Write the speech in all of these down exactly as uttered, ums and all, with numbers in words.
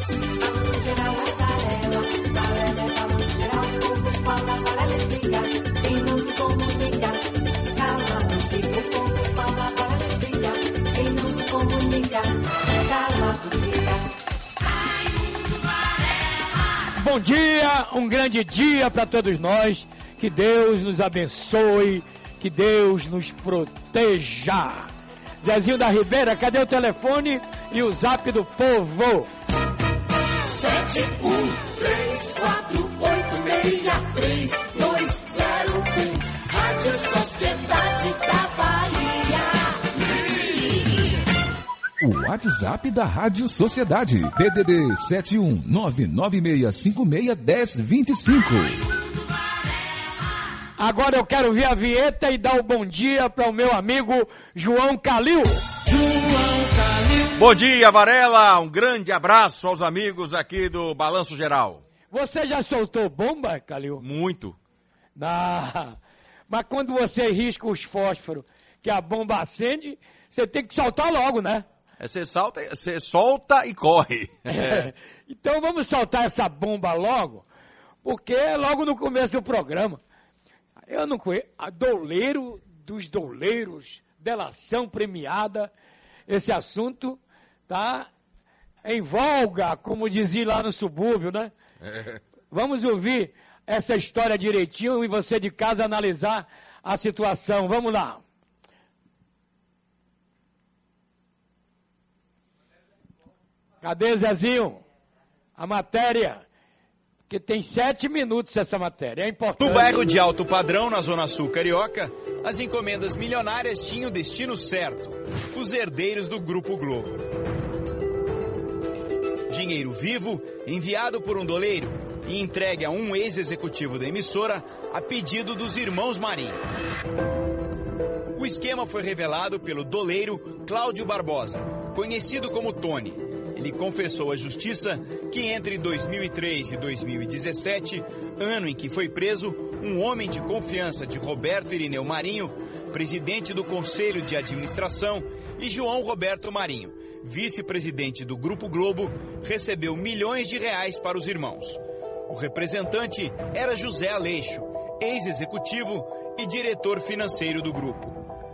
Balanço geral é Varela, Varela é balanço geral. O povo fala, Varela explica. Quem não se comunica, calado fica. O povo fala, Varela explica. Quem não se comunica, calado fica. Bom dia, um grande dia para todos nós. Que Deus nos abençoe, que Deus nos proteja. Zezinho da Ribeira, cadê o telefone e o zap do povo? sete um três quatro oito seis três dois zero um Rádio Sociedade da Bahia. O WhatsApp da Rádio Sociedade, P D D sete um nove nove seis cinco seis um zero dois cinco. Agora eu quero ver a vinheta e dar o bom dia para o meu amigo João Calil. João Calil. Bom dia, Varela. Um grande abraço aos amigos aqui do Balanço Geral. Você já soltou bomba, Calil? Muito. Ah, mas quando você risca os fósforos que a bomba acende, você tem que soltar logo, né? É, você, salta, você solta e corre. É, então vamos soltar essa bomba logo, porque é logo no começo do programa. Eu não conheço. A doleiro dos doleiros, delação premiada, esse assunto tá em voga, como dizia lá no subúrbio, né? É. Vamos ouvir essa história direitinho e você de casa analisar a situação. Vamos lá. Cadê, Zezinho? A matéria. Porque tem sete minutos essa matéria, é importante. No bairro de Alto Padrão, na Zona Sul Carioca, as encomendas milionárias tinham destino certo: os herdeiros do Grupo Globo. Dinheiro vivo, enviado por um doleiro e entregue a um ex-executivo da emissora a pedido dos irmãos Marinho. O esquema foi revelado pelo doleiro Cláudio Barbosa, conhecido como Tony. Ele confessou à justiça que entre dois mil e três e dois mil e dezessete, ano em que foi preso, um homem de confiança de Roberto Irineu Marinho, presidente do Conselho de Administração, e João Roberto Marinho, vice-presidente do Grupo Globo, recebeu milhões de reais para os irmãos. O representante era José Aleixo, ex-executivo e diretor financeiro do grupo.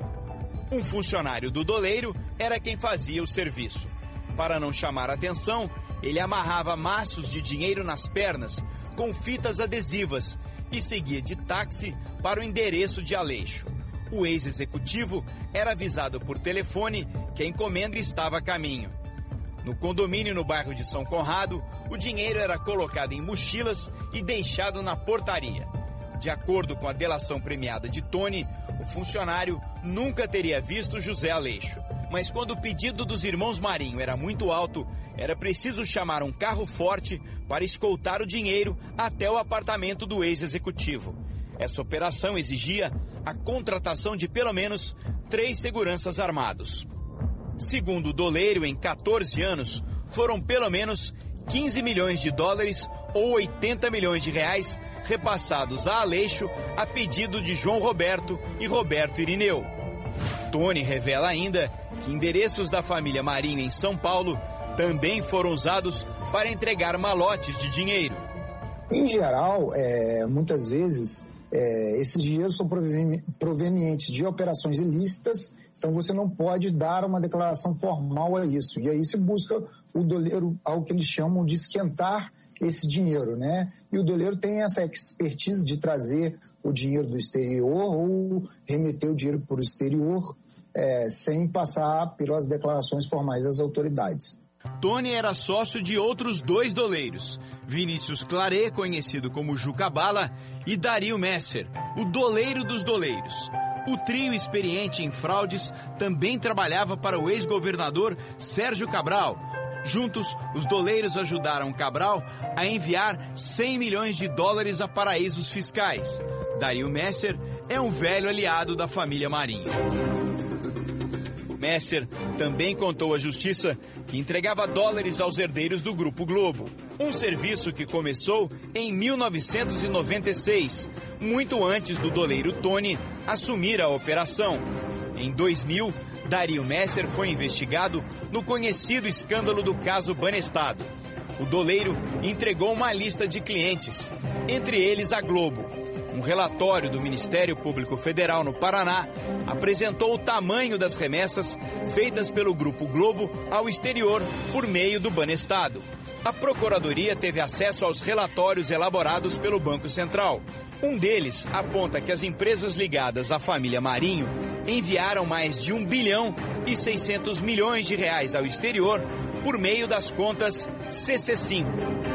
Um funcionário do doleiro era quem fazia o serviço. Para não chamar atenção, ele amarrava maços de dinheiro nas pernas com fitas adesivas e seguia de táxi para o endereço de Aleixo. O ex-executivo era avisado por telefone que a encomenda estava a caminho. No condomínio no bairro de São Conrado, o dinheiro era colocado em mochilas e deixado na portaria. De acordo com a delação premiada de Tony, o funcionário nunca teria visto José Aleixo. Mas quando o pedido dos irmãos Marinho era muito alto, era preciso chamar um carro forte para escoltar o dinheiro até o apartamento do ex-executivo. Essa operação exigia a contratação de pelo menos três seguranças armados. Segundo o doleiro, em quatorze anos, foram pelo menos quinze milhões de dólares ou oitenta milhões de reais repassados a Aleixo a pedido de João Roberto e Roberto Irineu. Tony revela ainda que endereços da família Marinho em São Paulo também foram usados para entregar malotes de dinheiro. Em geral, é, muitas vezes, é, esses dinheiros são provenientes de operações ilícitas, então você não pode dar uma declaração formal a isso. E aí se busca o doleiro, algo que eles chamam de esquentar esse dinheiro, né? E o doleiro tem essa expertise de trazer o dinheiro do exterior ou remeter o dinheiro para o exterior, É, sem passar pelas declarações formais das autoridades. Tony era sócio de outros dois doleiros, Vinícius Claret, conhecido como Juca Bala, e Dario Messer, o doleiro dos doleiros. O trio experiente em fraudes também trabalhava para o ex-governador Sérgio Cabral. Juntos, os doleiros ajudaram Cabral a enviar cem milhões de dólares a paraísos fiscais. Dario Messer é um velho aliado da família Marinho. Messer também contou à justiça que entregava dólares aos herdeiros do Grupo Globo, um serviço que começou em mil novecentos e noventa e seis, muito antes do doleiro Tony assumir a operação. Em dois mil, Dario Messer foi investigado no conhecido escândalo do caso Banestado. o doleiro entregou uma lista de clientes, entre eles a Globo. Um relatório do Ministério Público Federal no Paraná apresentou o tamanho das remessas feitas pelo Grupo Globo ao exterior por meio do Banestado. A Procuradoria teve acesso aos relatórios elaborados pelo Banco Central. Um deles aponta que as empresas ligadas à família Marinho enviaram mais de um bilhão e seiscentos milhões de reais ao exterior por meio das contas C C cinco.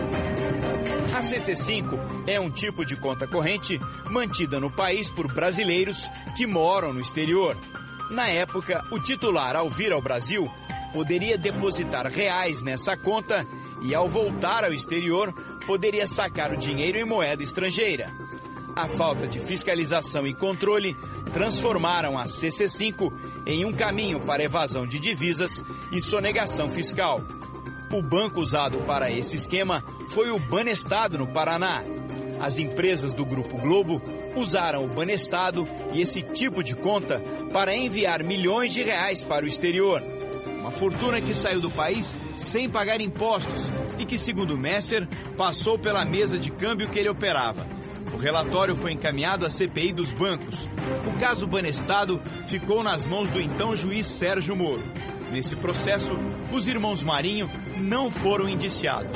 A C C cinco é um tipo de conta corrente mantida no país por brasileiros que moram no exterior. Na época, o titular, ao vir ao Brasil, poderia depositar reais nessa conta e, ao voltar ao exterior, poderia sacar o dinheiro em moeda estrangeira. A falta de fiscalização e controle transformaram a C C cinco em um caminho para evasão de divisas e sonegação fiscal. O banco usado para esse esquema foi o Banestado, no Paraná. As empresas do Grupo Globo usaram o Banestado e esse tipo de conta para enviar milhões de reais para o exterior. Uma fortuna que saiu do país sem pagar impostos e que, segundo Messer, passou pela mesa de câmbio que ele operava. O relatório foi encaminhado à C P I dos bancos. O caso Banestado ficou nas mãos do então juiz Sérgio Moro. Nesse processo, os irmãos Marinho não foram indiciados.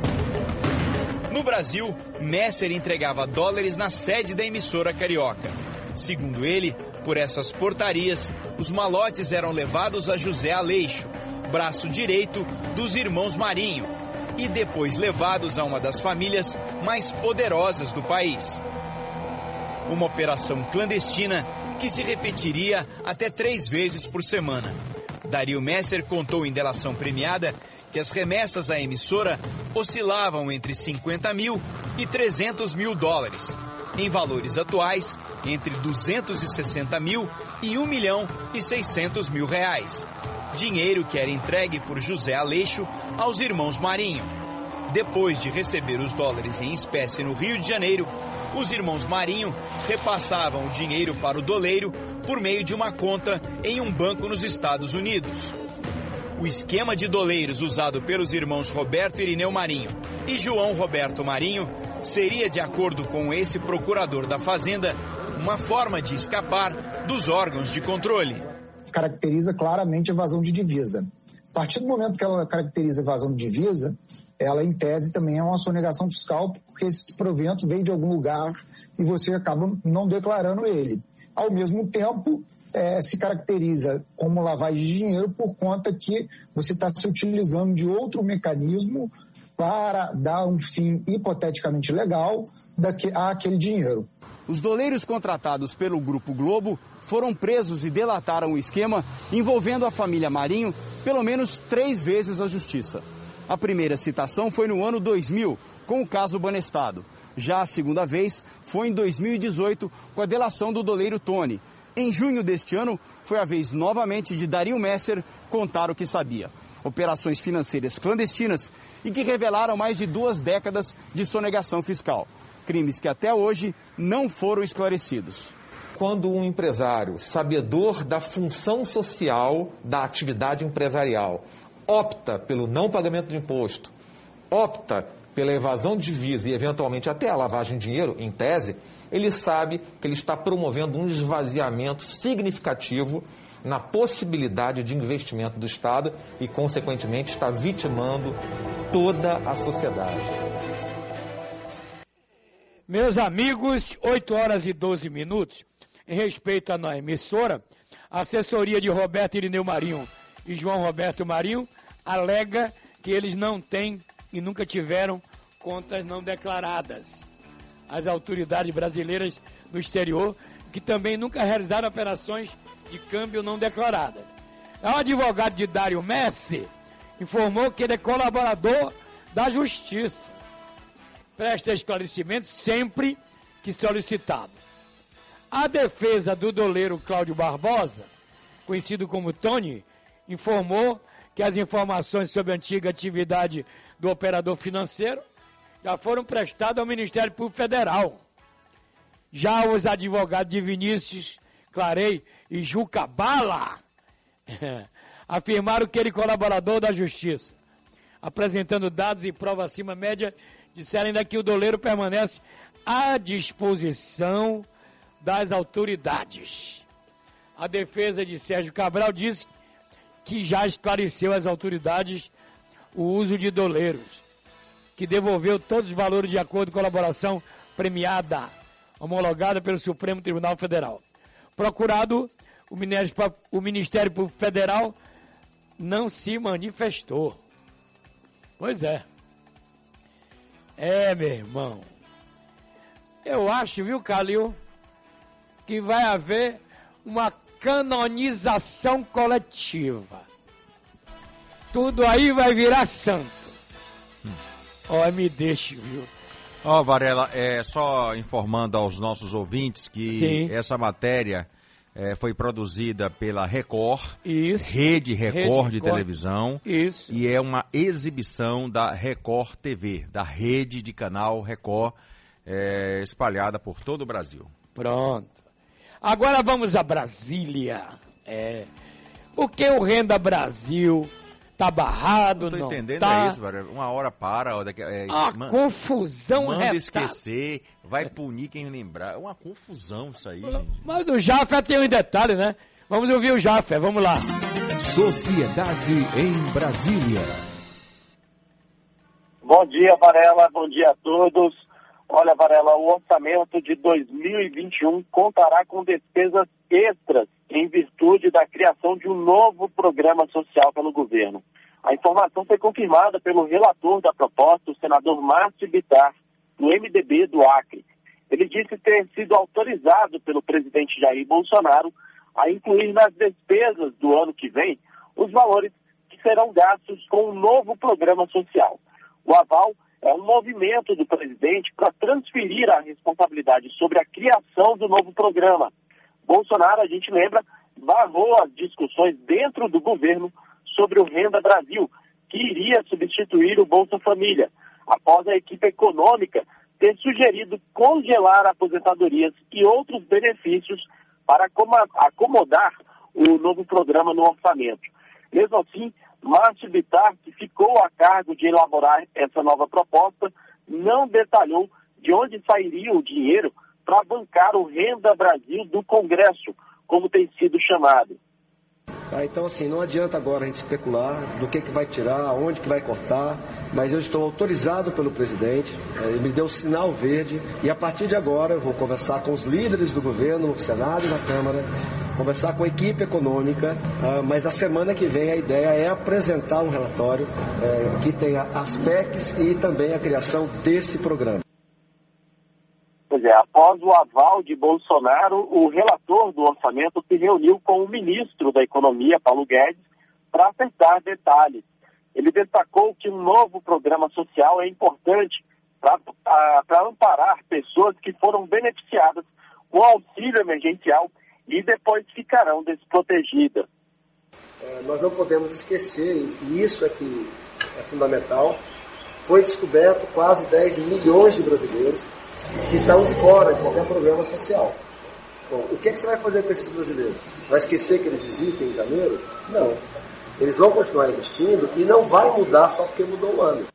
No Brasil, Messer entregava dólares na sede da emissora carioca. Segundo ele, por essas portarias, os malotes eram levados a José Aleixo, braço direito dos irmãos Marinho, e depois levados a uma das famílias mais poderosas do país. Uma operação clandestina que se repetiria até três vezes por semana. Dario Messer contou em delação premiada que as remessas à emissora oscilavam entre cinquenta mil e trezentos mil dólares. Em valores atuais, entre duzentos e sessenta mil e um milhão e seiscentos mil reais. Dinheiro que era entregue por José Aleixo aos irmãos Marinho. Depois de receber os dólares em espécie no Rio de Janeiro, os irmãos Marinho repassavam o dinheiro para o doleiro por meio de uma conta em um banco nos Estados Unidos. O esquema de doleiros usado pelos irmãos Roberto Irineu Marinho e João Roberto Marinho seria, de acordo com esse procurador da Fazenda, uma forma de escapar dos órgãos de controle. Caracteriza claramente evasão de divisa. A partir do momento que ela caracteriza evasão de divisa, ela, em tese, também é uma sonegação fiscal, porque esse provento vem de algum lugar e você acaba não declarando ele. Ao mesmo tempo, é, se caracteriza como lavagem de dinheiro por conta que você está se utilizando de outro mecanismo para dar um fim hipoteticamente legal àquele dinheiro. Os doleiros contratados pelo Grupo Globo foram presos e delataram o esquema envolvendo a família Marinho pelo menos três vezes à justiça. A primeira citação foi no ano dois mil, com o caso Banestado. Já a segunda vez foi em dois mil e dezoito, com a delação do doleiro Tony. Em junho deste ano, foi a vez novamente de Dario Messer contar o que sabia. Operações financeiras clandestinas e que revelaram mais de duas décadas de sonegação fiscal. Crimes que até hoje não foram esclarecidos. Quando um empresário, sabedor da função social da atividade empresarial, opta pelo não pagamento de imposto, opta pela evasão de divisa e, eventualmente, até a lavagem de dinheiro, em tese, ele sabe que ele está promovendo um esvaziamento significativo na possibilidade de investimento do Estado e, consequentemente, está vitimando toda a sociedade. Meus amigos, oito horas e doze minutos. Em respeito à nossa emissora, a assessoria de Roberto Irineu Marinho e João Roberto Marinho alega que eles não têm e nunca tiveram contas não declaradas. As autoridades brasileiras no exterior, que também nunca realizaram operações de câmbio não declaradas. O advogado de Dario Messer informou que ele é colaborador da Justiça. Presta esclarecimento sempre que solicitado. A defesa do doleiro Cláudio Barbosa, conhecido como Tony, informou que as informações sobre a antiga atividade do operador financeiro já foram prestadas ao Ministério Público Federal. Já os advogados de Vinícius Clarei e Juca Bala afirmaram que ele é colaborador da Justiça. apresentando dados e provas acima da média, disseram ainda que o doleiro permanece à disposição das autoridades. A defesa de Sérgio Cabral disse que já esclareceu às autoridades o uso de doleiros, que devolveu todos os valores de acordo com a colaboração premiada, homologada pelo Supremo Tribunal Federal. Procurado, o Ministério, o Ministério Público Federal não se manifestou. Pois é. É, meu irmão. Eu acho, viu, Calil, que vai haver uma canonização coletiva. Tudo aí vai virar santo. Ó, hum. me deixe, viu? Ó, oh, Varela, é só informando aos nossos ouvintes que Sim. essa matéria é, foi produzida pela Record, Isso. Rede Record Rede de Record. televisão, Isso. e é uma exibição da Record T V, da rede de canal Record, é, espalhada por todo o Brasil. Pronto. Agora vamos a Brasília. É. Porque o Renda Brasil tá barrado, não, não tô entendendo tá. é isso, Varela. Uma hora para. É, a man, confusão Manda retada. esquecer, vai punir quem lembrar. É uma confusão isso aí, gente. Mas o Jafé tem um detalhe, né? Vamos ouvir o Jafé, vamos lá. Sociedade em Brasília. Bom dia, Varela. Bom dia a todos. Olha, Varela, o orçamento de dois mil e vinte e um contará com despesas extras em virtude da criação de um novo programa social pelo governo. A informação foi confirmada pelo relator da proposta, o senador Márcio Bittar, do M D B do Acre. Ele disse ter sido autorizado pelo presidente Jair Bolsonaro a incluir nas despesas do ano que vem os valores que serão gastos com um novo programa social. O aval é um movimento do presidente para transferir a responsabilidade sobre a criação do novo programa. Bolsonaro, a gente lembra, barrou as discussões dentro do governo sobre o Renda Brasil, que iria substituir o Bolsa Família, após a equipe econômica ter sugerido congelar aposentadorias e outros benefícios para acomodar o novo programa no orçamento. Mesmo assim, Márcio Bittar, que ficou a cargo de elaborar essa nova proposta, não detalhou de onde sairia o dinheiro para bancar o Renda Brasil do Congresso, como tem sido chamado. Tá, então, assim, não adianta agora a gente especular do que, que vai tirar, onde que vai cortar, mas eu estou autorizado pelo presidente, ele me deu sinal verde, e a partir de agora eu vou conversar com os líderes do governo, no Senado e na Câmara, conversar com a equipe econômica, uh, mas a semana que vem a ideia é apresentar um relatório uh, que tenha as P E Cs e também a criação desse programa. Pois é, após o aval de Bolsonaro, o relator do orçamento se reuniu com o ministro da Economia, Paulo Guedes, para acertar detalhes. Ele destacou que um novo programa social é importante para amparar pessoas que foram beneficiadas com auxílio emergencial e depois ficarão desprotegidas. É, nós não podemos esquecer, e isso é que é fundamental, foi descoberto quase dez milhões de brasileiros que estavam fora de qualquer programa social. Bom, o que, é que você vai fazer com esses brasileiros? Vai esquecer que eles existem em janeiro? Não. Eles vão continuar existindo e não vai mudar só porque mudou o ano.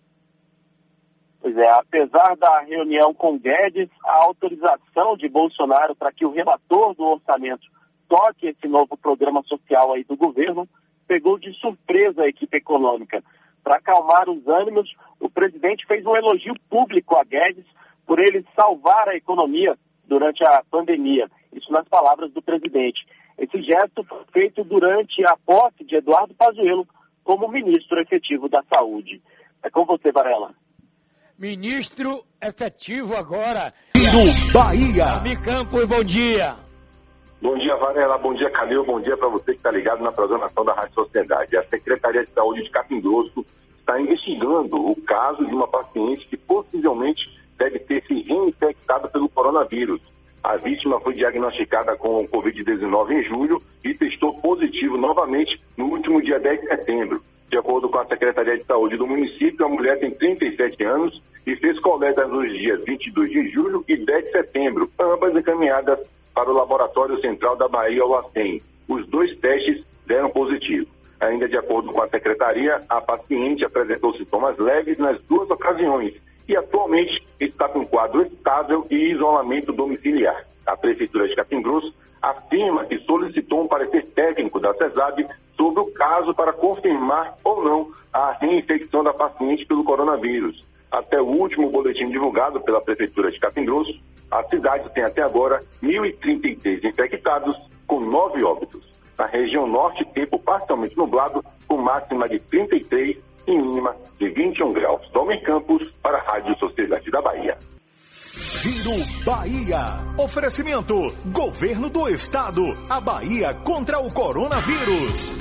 Pois é, apesar da reunião com Guedes, a autorização de Bolsonaro para que o relator do orçamento toque esse novo programa social aí do governo pegou de surpresa a equipe econômica. Para acalmar os ânimos, o presidente fez um elogio público a Guedes por ele salvar a economia durante a pandemia. Isso nas palavras do presidente. Esse gesto foi feito durante a posse de Eduardo Pazuello como ministro efetivo da Saúde. É com você, Varela. Ministro efetivo agora do Bahia. Ami Campos, bom dia. Bom dia, Varela. Bom dia, Calil. Bom dia para você que está ligado na programação da Rádio Sociedade. A Secretaria de Saúde de Capim Grosso está investigando o caso de uma paciente que possivelmente deve ter se reinfectado pelo coronavírus. A vítima foi diagnosticada com covid dezenove em julho e testou positivo novamente no último dia dez de setembro. De acordo com a Secretaria de Saúde do município, a mulher tem trinta e sete anos e fez coleta nos dias vinte e dois de julho e dez de setembro, ambas encaminhadas para o Laboratório Central da Bahia, o LACEN. Os dois testes deram positivo. Ainda de acordo com a secretaria, a paciente apresentou sintomas leves nas duas ocasiões e atualmente está com quadro estável e isolamento domiciliar. A Prefeitura de Capim Grosso afirma que solicitou um parecer técnico da CESAB sobre o caso para confirmar ou não a reinfecção da paciente pelo coronavírus. Até o último boletim divulgado pela Prefeitura de Capim Grosso, a cidade tem até agora mil e trinta e três infectados, com nove óbitos. Na região norte, tempo parcialmente nublado, com máxima de trinta e três e mínima de vinte e um graus. Domer Campos, para a Rádio Sociedade da Bahia. Giro Bahia. Oferecimento: Governo do Estado. A Bahia contra o coronavírus.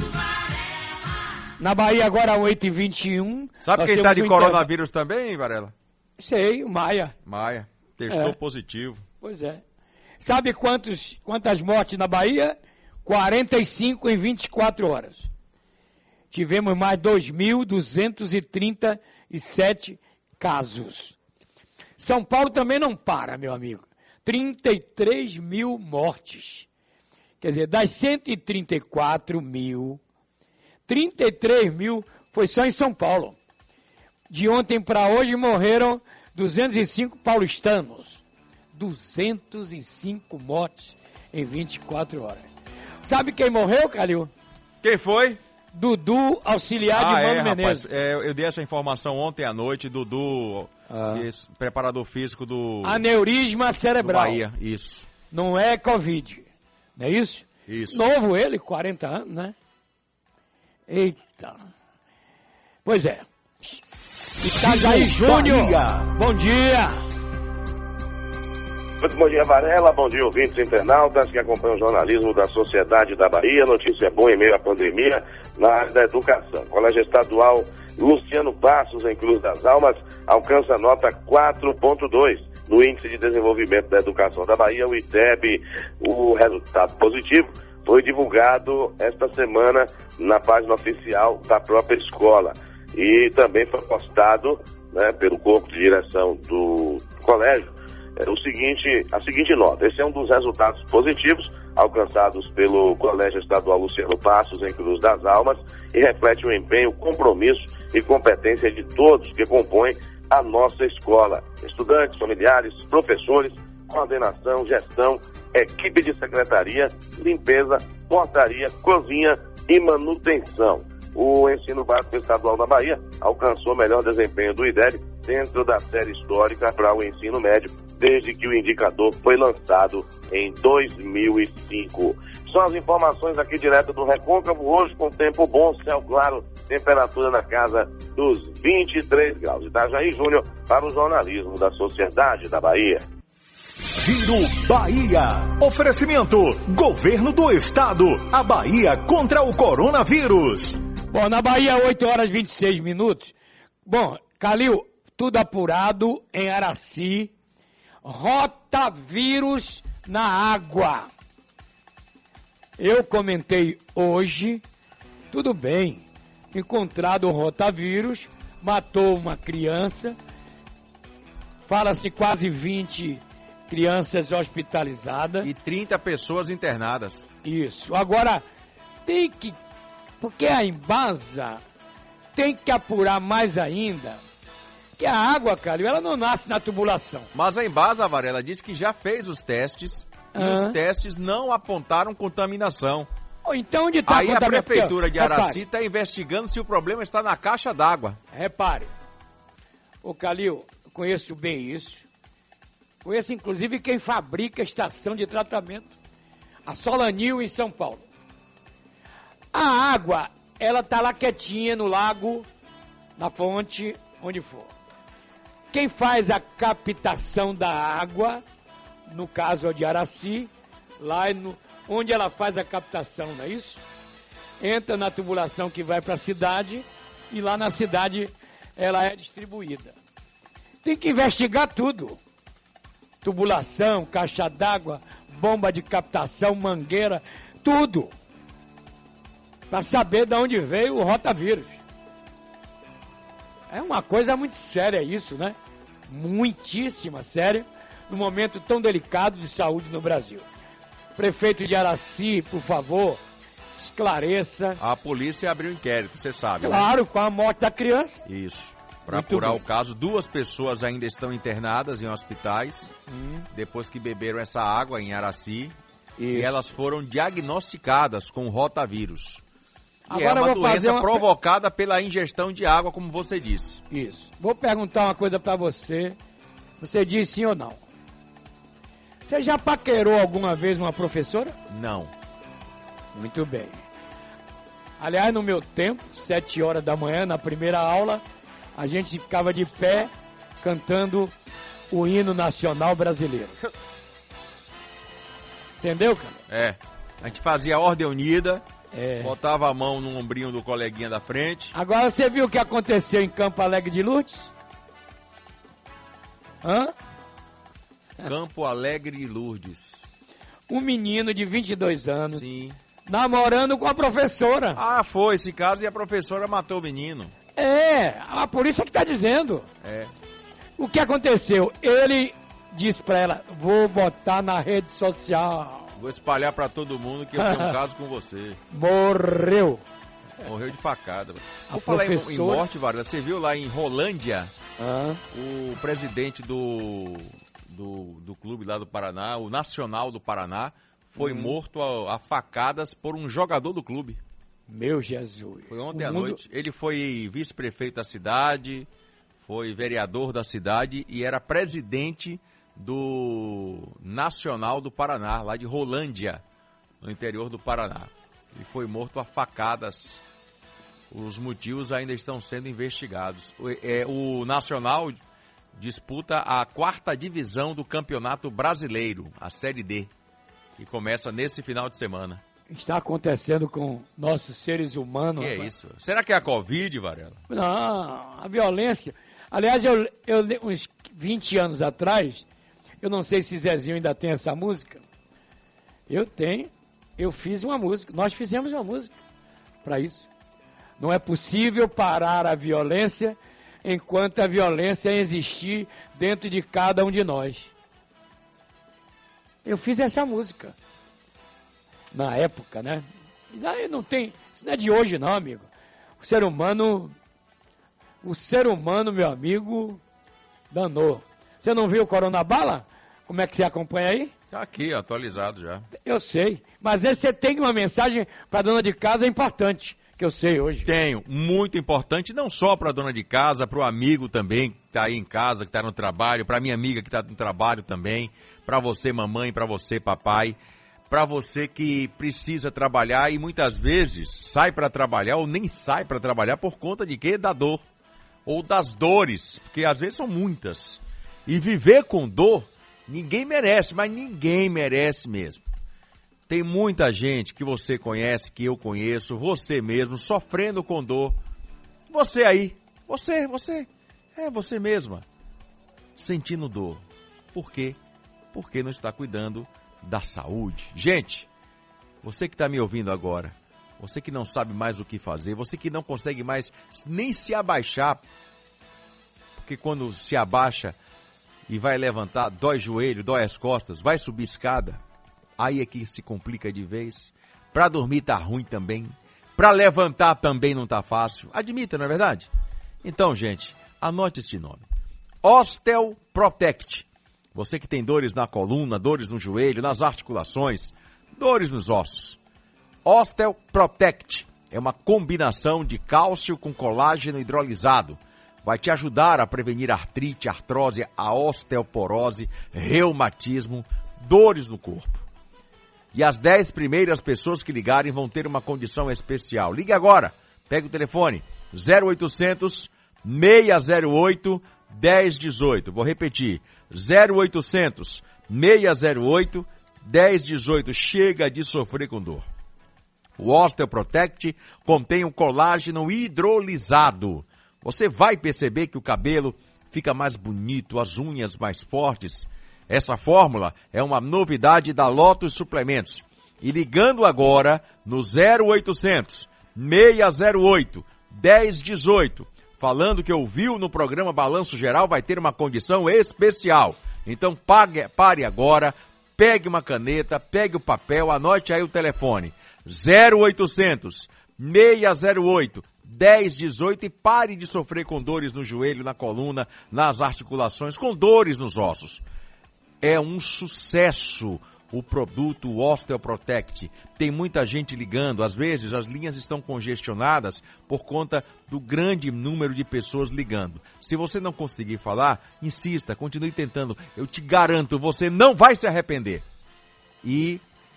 Na Bahia agora oito e vinte e um. Sabe quem está de coronavírus inter... também, Varela? Sei, o Maia. Maia. Testou é. positivo. Pois é. Sabe quantos, quantas mortes na Bahia? quarenta e cinco em vinte e quatro horas. Tivemos mais dois mil duzentos e trinta e sete casos. São Paulo também não para, meu amigo. trinta e três mil mortes. Quer dizer, das cento e trinta e quatro mil, trinta e três mil foi só em São Paulo. De ontem para hoje morreram duzentos e cinco paulistanos. duzentos e cinco mortes em vinte e quatro horas. Sabe quem morreu, Calil? Quem foi? Dudu, auxiliar ah, de Mano é, Menezes. Rapaz, é, eu dei essa informação ontem à noite, Dudu, ah. esse, preparador físico do... Aneurisma cerebral. Do Bahia, isso. Não é Covid, não é isso? Isso. Novo ele, quarenta anos, né? Eita. Pois é. Itajaí Júnior, bom dia. Muito bom dia, Varela. Bom dia, ouvintes internautas que acompanham o jornalismo da Sociedade da Bahia. Notícia boa em meio à pandemia na área da educação. Colégio Estadual Luciano Passos, em Cruz das Almas, alcança nota quatro ponto dois no Índice de Desenvolvimento da Educação da Bahia, o I D E B. O resultado positivo foi divulgado esta semana na página oficial da própria escola. E também foi postado, né, pelo corpo de direção do colégio, É o seguinte, a seguinte nota: esse é um dos resultados positivos alcançados pelo Colégio Estadual Luciano Passos, em Cruz das Almas, e reflete o empenho, compromisso e competência de todos que compõem a nossa escola: estudantes, familiares, professores, coordenação, gestão, equipe de secretaria, limpeza, portaria, cozinha e manutenção. O ensino básico estadual da Bahia alcançou o melhor desempenho do I D E B dentro da série histórica para o ensino médio, desde que o indicador foi lançado em dois mil e cinco. São as informações aqui direto do Recôncavo, hoje com tempo bom, céu claro, temperatura na casa dos vinte e três graus. Itajaí Júnior para o jornalismo da Sociedade da Bahia. Giro Bahia. Oferecimento: Governo do Estado. A Bahia contra o coronavírus. Bom, na Bahia, oito horas e vinte e seis minutos. Bom, Calil, tudo apurado em Araci. Rotavírus na água. Eu comentei hoje, tudo bem, encontrado o rotavírus, matou uma criança, fala-se quase vinte crianças hospitalizadas. E trinta pessoas internadas. Isso. Agora, tem que, porque a Embasa tem que apurar mais ainda, que a água, Calil, ela não nasce na tubulação. Mas a Embasa, Varela, disse que já fez os testes e ah. os testes não apontaram contaminação. Oh, então onde está a contaminação? Aí a Prefeitura de Araci está investigando se o problema está na caixa d'água. Repare, ô Calil, eu conheço bem isso. Conheço inclusive quem fabrica a estação de tratamento, a Solanil, em São Paulo. A água, ela está lá quietinha no lago, na fonte, onde for. Quem faz a captação da água, no caso é de Araci, lá no, onde ela faz a captação, não é isso? Entra na tubulação que vai para a cidade e lá na cidade ela é distribuída. Tem que investigar tudo. Tubulação, caixa d'água, bomba de captação, mangueira, tudo. Para saber de onde veio o rotavírus. É uma coisa muito séria isso, né? Muitíssima séria, num momento tão delicado de saúde no Brasil. Prefeito de Araci, por favor, esclareça. A polícia abriu inquérito, você sabe. Claro, né? com a morte da criança. Isso. Para apurar bem. O caso, duas pessoas ainda estão internadas em hospitais, hum. depois que beberam essa água em Araci. Isso. E elas foram diagnosticadas com rotavírus. E Agora é uma doença uma... provocada pela ingestão de água, como você disse. Isso. Vou perguntar uma coisa para você. Você diz sim ou não? Você já paquerou alguma vez uma professora? Não. Muito bem. Aliás, no meu tempo, sete horas da manhã, na primeira aula, a gente ficava de pé cantando o hino nacional brasileiro. Entendeu, cara? É. A gente fazia a ordem unida, é. botava a mão no ombrinho do coleguinha da frente. Agora você viu o que aconteceu em Campo Alegre de Lourdes? Hã? Campo Alegre de Lourdes. Um menino de vinte e dois anos. Sim. Namorando com a professora. Ah, foi esse caso e a professora matou o menino. É, a polícia que está dizendo. É. O que aconteceu? Ele disse para ela, vou botar na rede social. Vou espalhar para todo mundo que eu tenho um caso com você. Morreu. Morreu de facada. A Vou falar professora... em, em morte, Varela. Você viu lá em Rolândia, ah. o presidente do, do, do clube lá do Paraná, o Nacional do Paraná, foi hum. morto a, a facadas por um jogador do clube. Meu Jesus. Foi ontem o à mundo... noite. Ele foi vice-prefeito da cidade, foi vereador da cidade e era presidente do Nacional do Paraná, lá de Rolândia, no interior do Paraná. Ele foi morto a facadas. Os motivos ainda estão sendo investigados. O, é, o Nacional disputa a quarta divisão do Campeonato Brasileiro, a Série D, que começa nesse final de semana. Está acontecendo com nossos seres humanos. Que é isso? Será que é a Covid, Varela? Não, a violência. Aliás, eu, eu uns vinte anos atrás, eu não sei se Zezinho ainda tem essa música. Eu tenho. Eu fiz uma música. Nós fizemos uma música para isso. Não é possível parar a violência enquanto a violência existir dentro de cada um de nós. Eu fiz essa música. Na época, né? Isso não tem, isso não é de hoje não, amigo. O ser humano, o ser humano, meu amigo, danou. Você não viu o Corona Bala? Como é que você acompanha aí? Tá aqui, atualizado já. Eu sei, mas esse você tem uma mensagem para dona de casa importante, que eu sei hoje. Tenho, muito importante, não só para dona de casa, para o amigo também que está aí em casa, que está no trabalho, para minha amiga que está no trabalho também, para você mamãe, para você papai. Para você que precisa trabalhar e muitas vezes sai para trabalhar ou nem sai para trabalhar por conta de quê? Da dor. Ou das dores, porque às vezes são muitas. E viver com dor, ninguém merece, mas ninguém merece mesmo. Tem muita gente que você conhece, que eu conheço, você mesmo, sofrendo com dor. Você aí, você, você, é você mesma, sentindo dor. Por quê? Porque não está cuidando da saúde. Gente, você que está me ouvindo agora, você que não sabe mais o que fazer, você que não consegue mais nem se abaixar, porque quando se abaixa e vai levantar, dói joelho, dói as costas, vai subir escada, aí é que se complica de vez. Para dormir tá ruim também, para levantar também não tá fácil, admita, não é verdade? Então, gente, anote este nome, Ostel Protect. Você que tem dores na coluna, dores no joelho, nas articulações, dores nos ossos. Ostel Protect é uma combinação de cálcio com colágeno hidrolisado. Vai te ajudar a prevenir artrite, artrose, a osteoporose, reumatismo, dores no corpo. E as dez primeiras pessoas que ligarem vão ter uma condição especial. Ligue agora, pega o telefone zero oitocentos, seis zero oito, dez dezoito. Vou repetir. zero oitocentos, seis zero oito, dez dezoito. Chega de sofrer com dor. O Osteoprotect contém um colágeno hidrolisado. Você vai perceber que o cabelo fica mais bonito, as unhas mais fortes. Essa fórmula é uma novidade da Lotus Suplementos. E ligando agora no zero oitocentos, seis zero oito, dez dezoito. Falando que ouviu no programa Balanço Geral, vai ter uma condição especial. Então pague, pare agora, pegue uma caneta, pegue o papel, anote aí o telefone. zero oitocentos, seis zero oito, dez dezoito e pare de sofrer com dores no joelho, na coluna, nas articulações, com dores nos ossos. É um sucesso o produto Osteoprotect. Tem muita gente ligando, às vezes as linhas estão congestionadas por conta do grande número de pessoas ligando. Se você não conseguir falar, insista, continue tentando. Eu te garanto, você não vai se arrepender. E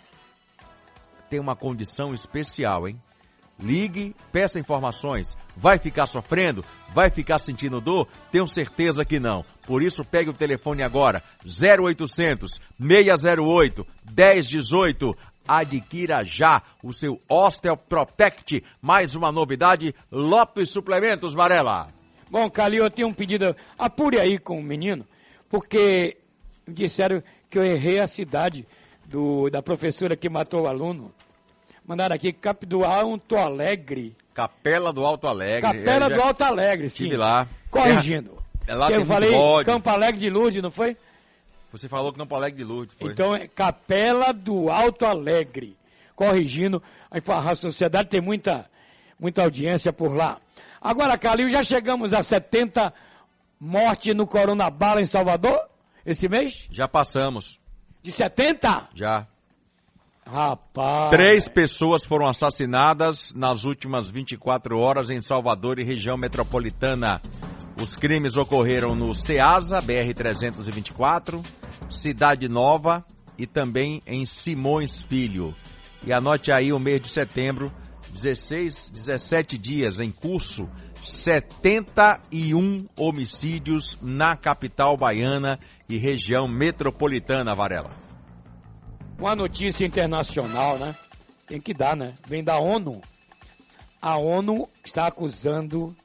tem uma condição especial, hein? Ligue, peça informações. Vai ficar sofrendo? Vai ficar sentindo dor? Tenho certeza que não. Por isso, pegue o telefone agora, zero oitocentos, seis zero oito, dez dezoito. Adquira já o seu Osteoprotect. Mais uma novidade, Lopes Suplementos, Varela. Bom, Calil, eu tenho um pedido. Apure aí com o menino, porque me disseram que eu errei a cidade do, da professora que matou o aluno. Mandaram aqui, Cap do Alto Alegre. Capela do Alto Alegre. Capela do Alto Alegre, sim. Estive lá. Corrigindo. É, lá eu tem falei bode. Campo Alegre de Lourdes, não foi? Você falou que Campo Alegre de Lourdes, foi. Então é Capela do Alto Alegre. Corrigindo, a sociedade tem muita, muita audiência por lá. Agora, Calil, já chegamos a setenta mortes no Coronabala em Salvador, esse mês? Já passamos. De setenta? Já. Rapaz. Três pessoas foram assassinadas nas últimas vinte e quatro horas em Salvador e região metropolitana. Os crimes ocorreram no Ceasa, B R trezentos e vinte e quatro, Cidade Nova e também em Simões Filho. E anote aí o mês de setembro, dezesseis, dezessete dias em curso, setenta e um homicídios na capital baiana e região metropolitana, Varela. Uma notícia internacional, né? Tem que dar, né? Vem da ONU. A ONU está acusando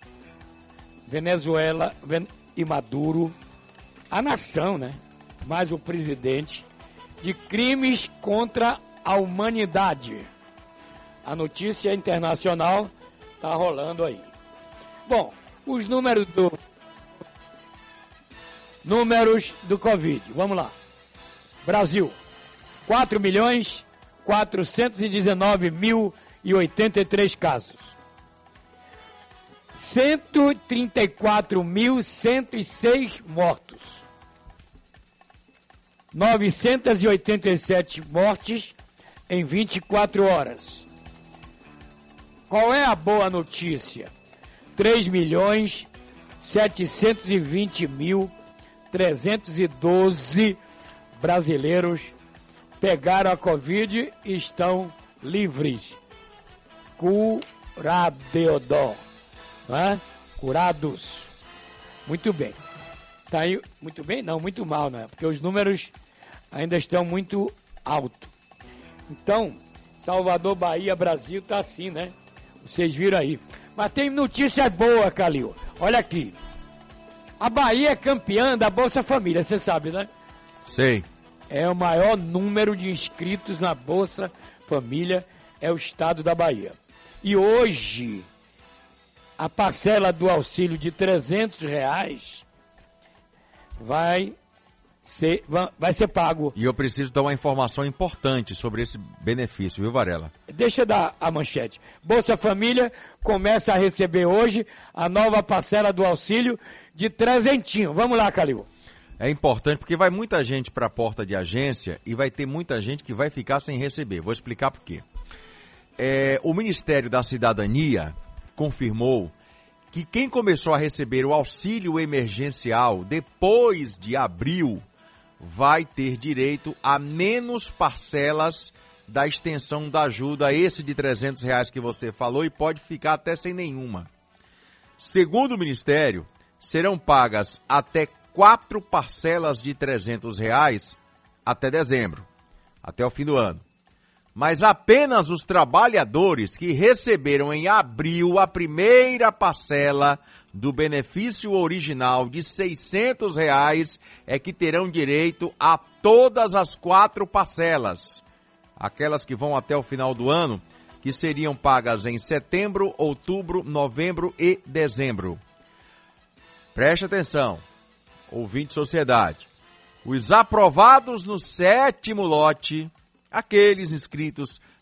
Venezuela e Maduro, a nação, né? Mais o presidente, de crimes contra a humanidade. A notícia internacional está rolando aí. Bom, os números do números do Covid. Vamos lá. Brasil. quatro milhões quatrocentos e dezenove mil e oitenta e três casos. cento e trinta e quatro mil cento e seis mortos. novecentos e oitenta e sete mortes em vinte e quatro horas. Qual é a boa notícia? três milhões setecentos e vinte mil trezentos e doze brasileiros pegaram a Covid e estão livres. Curados. Né? Curados. Muito bem. Tá aí, muito bem? Não, muito mal, né? Porque os números ainda estão muito altos. Então, Salvador, Bahia, Brasil tá assim, né? Vocês viram aí. Mas tem notícia boa, Calil. Olha aqui. A Bahia é campeã da Bolsa Família, você sabe, né? Sei. É o maior número de inscritos na Bolsa Família, é o estado da Bahia. E hoje, a parcela do auxílio de trezentos reais vai ser, vai ser pago. E eu preciso dar uma informação importante sobre esse benefício, viu, Varela? Deixa eu dar a manchete. Bolsa Família começa a receber hoje a nova parcela do auxílio de trezentinho. Vamos lá, Calil. É importante porque vai muita gente para a porta de agência e vai ter muita gente que vai ficar sem receber. Vou explicar por quê. É, o Ministério da Cidadania confirmou que quem começou a receber o auxílio emergencial depois de abril vai ter direito a menos parcelas da extensão da ajuda, esse de trezentos reais que você falou, e pode ficar até sem nenhuma. Segundo o Ministério, serão pagas até quatro parcelas de trezentos reais até dezembro, até o fim do ano. Mas apenas os trabalhadores que receberam em abril a primeira parcela do benefício original de seiscentos reais é que terão direito a todas as quatro parcelas. Aquelas que vão até o final do ano, que seriam pagas em setembro, outubro, novembro e dezembro. Preste atenção, ouvinte de sociedade. Os aprovados no sétimo lote, aqueles inscritos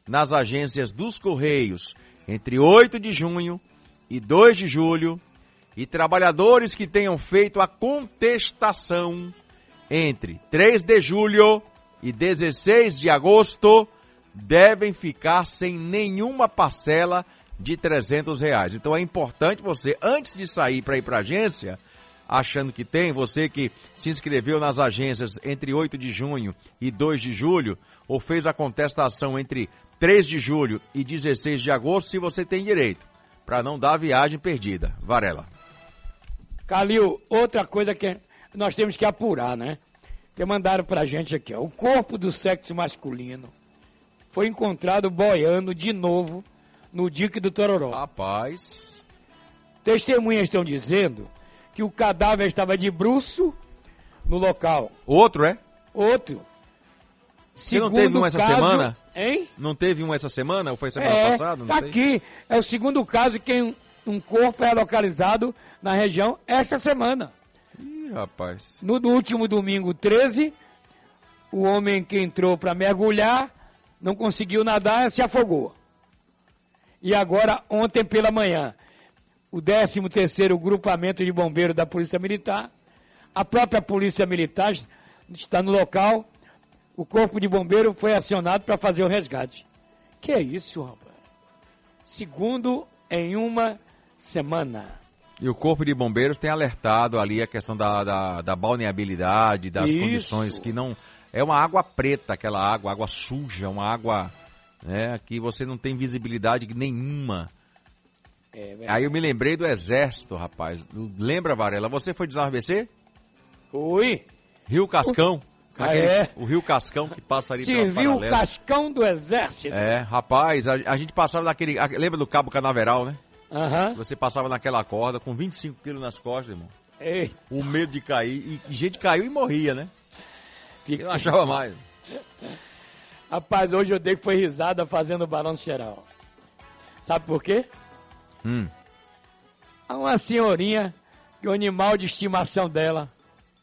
nas agências dos Correios entre oito de junho e dois de julho, e trabalhadores que tenham feito a contestação entre três de julho e dezesseis de agosto devem ficar sem nenhuma parcela de trezentos reais. Então é importante você, antes de sair para ir para a agência, achando que tem, você que se inscreveu nas agências entre oito de junho e dois de julho, ou fez a contestação entre três de julho e dezesseis de agosto, se você tem direito, para não dar viagem perdida. Varela. Calil, outra coisa que nós temos que apurar, né? Que mandaram pra gente aqui, ó. O corpo do sexo masculino foi encontrado boiando de novo no dique do Tororó. Rapaz. Testemunhas estão dizendo que o cadáver estava de bruço no local. Outro, é? Outro. Você não teve um essa caso, semana? Hein? Não teve um essa semana? Ou foi semana é, passada? Não tá sei. aqui. É o segundo caso que um, um corpo é localizado na região esta semana. Ih, rapaz. No, no último domingo treze, o homem que entrou para mergulhar não conseguiu nadar, se afogou. E agora, ontem pela manhã, o décimo terceiro Grupamento de Bombeiros da Polícia Militar, a própria Polícia Militar está no local, o Corpo de Bombeiro foi acionado para fazer o resgate. Que é isso, rapaz? Segundo em uma semana. E o Corpo de Bombeiros tem alertado ali a questão da, da, da balneabilidade, das Isso. condições que não... É uma água preta, aquela água, água suja, uma água, né, que você não tem visibilidade nenhuma. É, Aí eu me lembrei do Exército, rapaz. Lembra, Varela? Você foi de Nova B C? Oi. Rio Cascão. Ah, Aquele, é? O Rio Cascão que passa ali pela Serviu o paralela. Cascão do Exército. É, rapaz, a, a gente passava naquele... a- lembra do Cabo Canaveral, né? Aham. Você passava naquela corda com vinte e cinco quilos nas costas, irmão. Ei, O medo de cair. E gente caiu e morria, né? fica- Eu não achava mais. Rapaz, hoje eu dei que foi risada fazendo o balanço geral. Sabe por quê? Hum. Há uma senhorinha que o animal de estimação dela.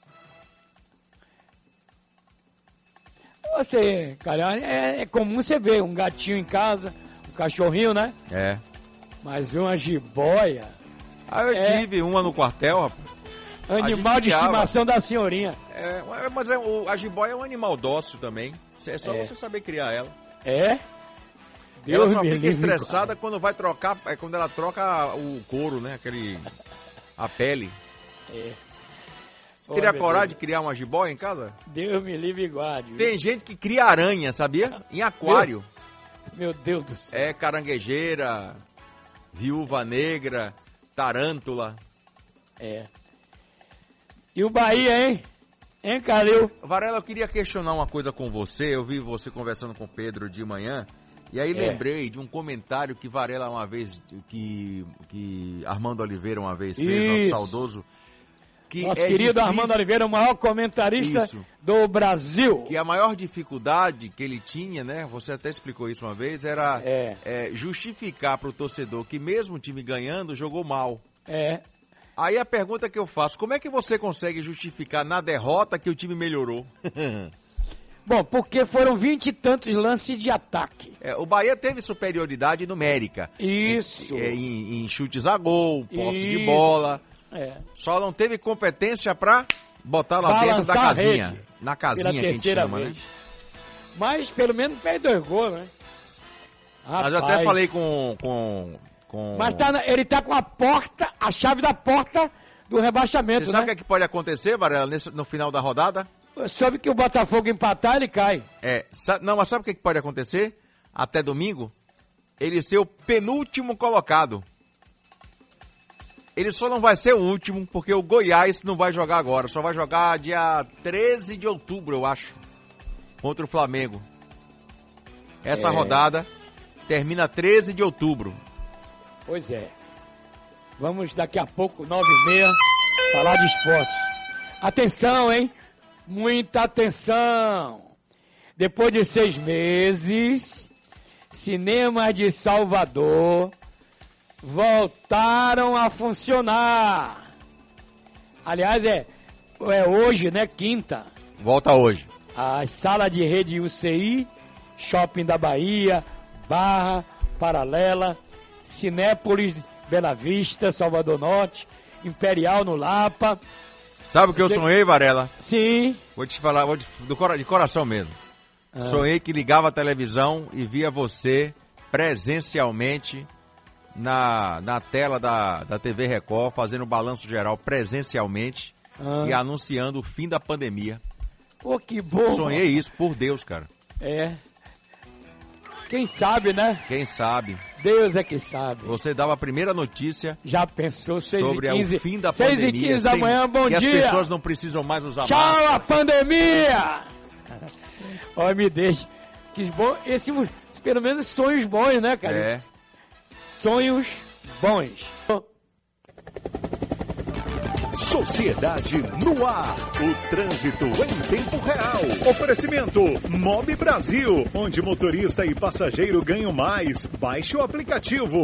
Você, cara, é, é comum você ver um gatinho em casa, um cachorrinho, né? É. Mas uma jiboia, Ah, eu É. tive uma no quartel, rapaz. animal gente de criava. estimação da senhorinha. É, mas é, o, a jiboia é um animal dócil também. É só É. você saber criar ela. É? ela só me fica livre, estressada quando vai trocar, é quando ela troca o couro, né? Aquele. A pele. É. Você teria Oh, meu coragem Deus. de criar uma jiboia em casa? Deus me livre e guarde. viu? Tem gente que cria aranha, sabia? Em aquário. Meu Deus do céu. É caranguejeira, viúva negra, tarântula. É. E o Bahia, hein? Hein, Calil? Varela, eu queria questionar uma coisa com você. Eu vi você conversando com o Pedro de manhã. E aí É. lembrei de um comentário que Varela uma vez, que, que Armando Oliveira uma vez fez, Isso. nosso saudoso. Que Nosso é querido difícil- Armando Oliveira, o maior comentarista Isso. do Brasil. Que a maior dificuldade que ele tinha, né? Você até explicou isso uma vez, era É. é, justificar para o torcedor que mesmo o time ganhando, jogou mal. É. Aí a pergunta que eu faço, como é que você consegue justificar na derrota que o time melhorou? Bom, porque foram vinte e tantos lances de ataque. É, o Bahia teve superioridade numérica. Isso. Em, em- em chutes a gol, posse de Isso. bola. É. Só não teve competência pra botar lá dentro da Balançar a casinha. rede Na casinha Pela que a gente terceira chama, vez. né? Mas pelo menos fez dois gols, né? Mas eu até Rapaz. falei com... com, com... Mas tá na- ele tá com a porta, a chave da porta do rebaixamento, Você sabe o né? que, é que pode acontecer, Varela, nesse- no final da rodada? Soube que o Botafogo empatar, ele cai. É, sa- não, mas sabe o que, que pode acontecer? Até domingo? Ele ser o penúltimo colocado. Ele só não vai ser o último, porque o Goiás não vai jogar agora. Só vai jogar dia treze de outubro, eu acho. Contra o Flamengo. Essa É. rodada termina treze de outubro. Pois é. Vamos daqui a pouco, nove e meia, falar de esporte. Atenção, hein? Muita atenção! Depois de seis meses, cinemas de Salvador voltaram a funcionar. Aliás, é, é hoje, né? Quinta. Volta hoje. A sala de rede U C I, Shopping da Bahia, Barra, Paralela, Cinépolis, Bela Vista, Salvador Norte, Imperial no Lapa. Sabe o que eu sonhei, Varela? Sim. Vou te falar, vou te, do, de coração mesmo. Ah. Sonhei que ligava a televisão e via você presencialmente na, na tela da, da T V Record, fazendo o balanço geral presencialmente ah. e anunciando o fim da pandemia. Pô, que bom. Sonhei isso, por Deus, cara. É. Quem sabe, né? Quem sabe. Deus é que sabe. Você dava a primeira notícia. Já pensou, seis sobre e quinze, o fim da seis pandemia. seis e quinze da manhã, bom que dia. Que as pessoas não precisam mais usar Tchau, máscara. Tchau, a pandemia! Olha, me deixa. Que bom, esse, pelo menos sonhos bons, né, cara? É. Sonhos bons. Sociedade no ar. O trânsito em tempo real. Oferecimento Mob Brasil, onde motorista e passageiro ganham mais. Baixe o aplicativo.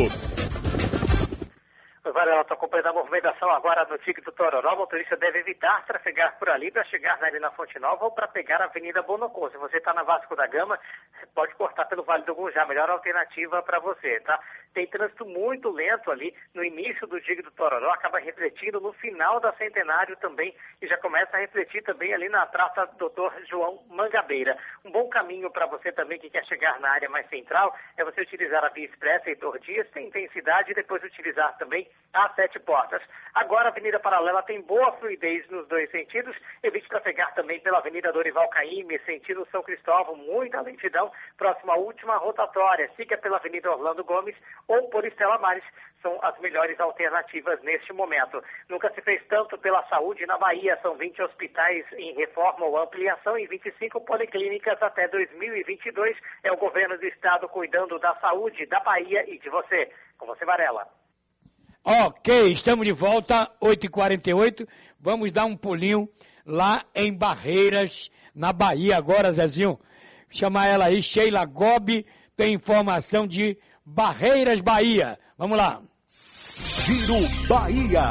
Varela, estou acompanhando a movimentação agora do Tique do Tororó. O motorista deve evitar trafegar por ali para chegar ali na Fonte Nova ou para pegar a Avenida Bonocô. Se você está na Vasco da Gama, pode cortar pelo Vale do Gunjá. Melhor alternativa para você, tá? Tem trânsito muito lento ali no início do Tique do Tororó, acaba refletindo no final da Centenário também e já começa a refletir também ali na Praça doutor João Mangabeira. Um bom caminho para você também que quer chegar na área mais central é você utilizar a Via Expressa Heitor Dias, tem intensidade, e depois utilizar também a Sete Portas. Agora a Avenida Paralela tem boa fluidez nos dois sentidos. Evite trafegar também pela Avenida Dorival Caymmi, sentido São Cristóvão, muita lentidão, próximo à última rotatória. Siga pela Avenida Orlando Gomes ou por Estela Maris. São as melhores alternativas neste momento. Nunca se fez tanto pela saúde na Bahia. São vinte hospitais em reforma ou ampliação e vinte e cinco policlínicas até dois mil e vinte e dois. É o governo do estado cuidando da saúde da Bahia e de você. Com você, Varela. Ok, estamos de volta, oito e quarenta e oito. Vamos dar um pulinho lá em Barreiras, na Bahia agora, Zezinho. Chamar ela aí, Sheila Gobi, tem informação de Barreiras, Bahia. Vamos lá. Giro Bahia.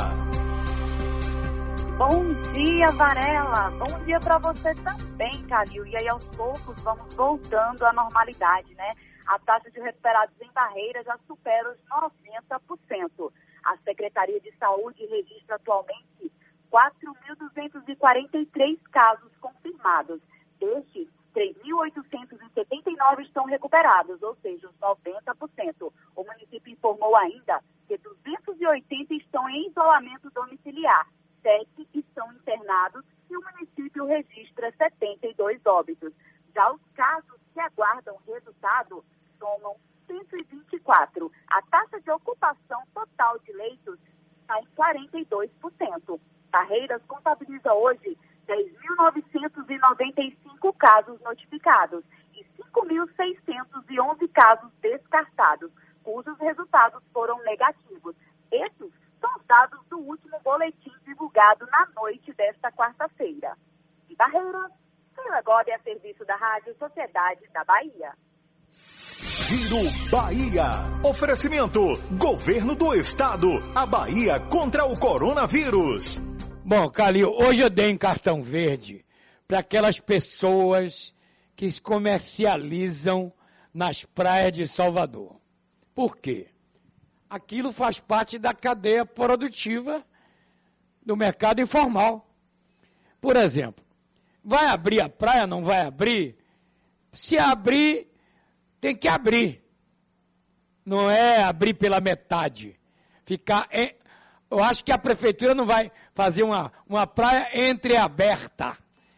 Bom dia, Varela. Bom dia para você também, Calil. E aí, aos poucos, vamos voltando à normalidade, né? A taxa de recuperados em Barreiras já supera os noventa por cento. A Secretaria de Saúde registra atualmente quatro mil duzentos e quarenta e três casos confirmados. Destes, três mil oitocentos e setenta e nove estão recuperados, ou seja, os noventa por cento. O município informou ainda que duzentos e oitenta estão em isolamento domiciliar, sete estão internados e o município registra setenta e dois óbitos. Já os casos que aguardam resultado somam cento e vinte e quatro. A taxa de ocupação total de leitos está em quarenta e dois por cento. Barreiras contabiliza hoje dez mil novecentos e noventa e cinco casos notificados e cinco mil seiscentos e onze casos descartados, cujos resultados foram negativos. Esses são os dados do último boletim divulgado na noite desta quarta-feira. De Barreiras, Sheila Gobi a serviço da Rádio Sociedade da Bahia. Giro Bahia. Oferecimento: Governo do Estado. A Bahia contra o coronavírus. Bom, Calil, hoje eu dei um cartão verde para aquelas pessoas que comercializam nas praias de Salvador. Por quê? Aquilo faz parte da cadeia produtiva do mercado informal. Por exemplo, vai abrir a praia, não vai abrir? Se abrir, tem que abrir. Não é abrir pela metade. Ficar em... Eu acho que a prefeitura não vai fazer uma, uma praia entreaberta.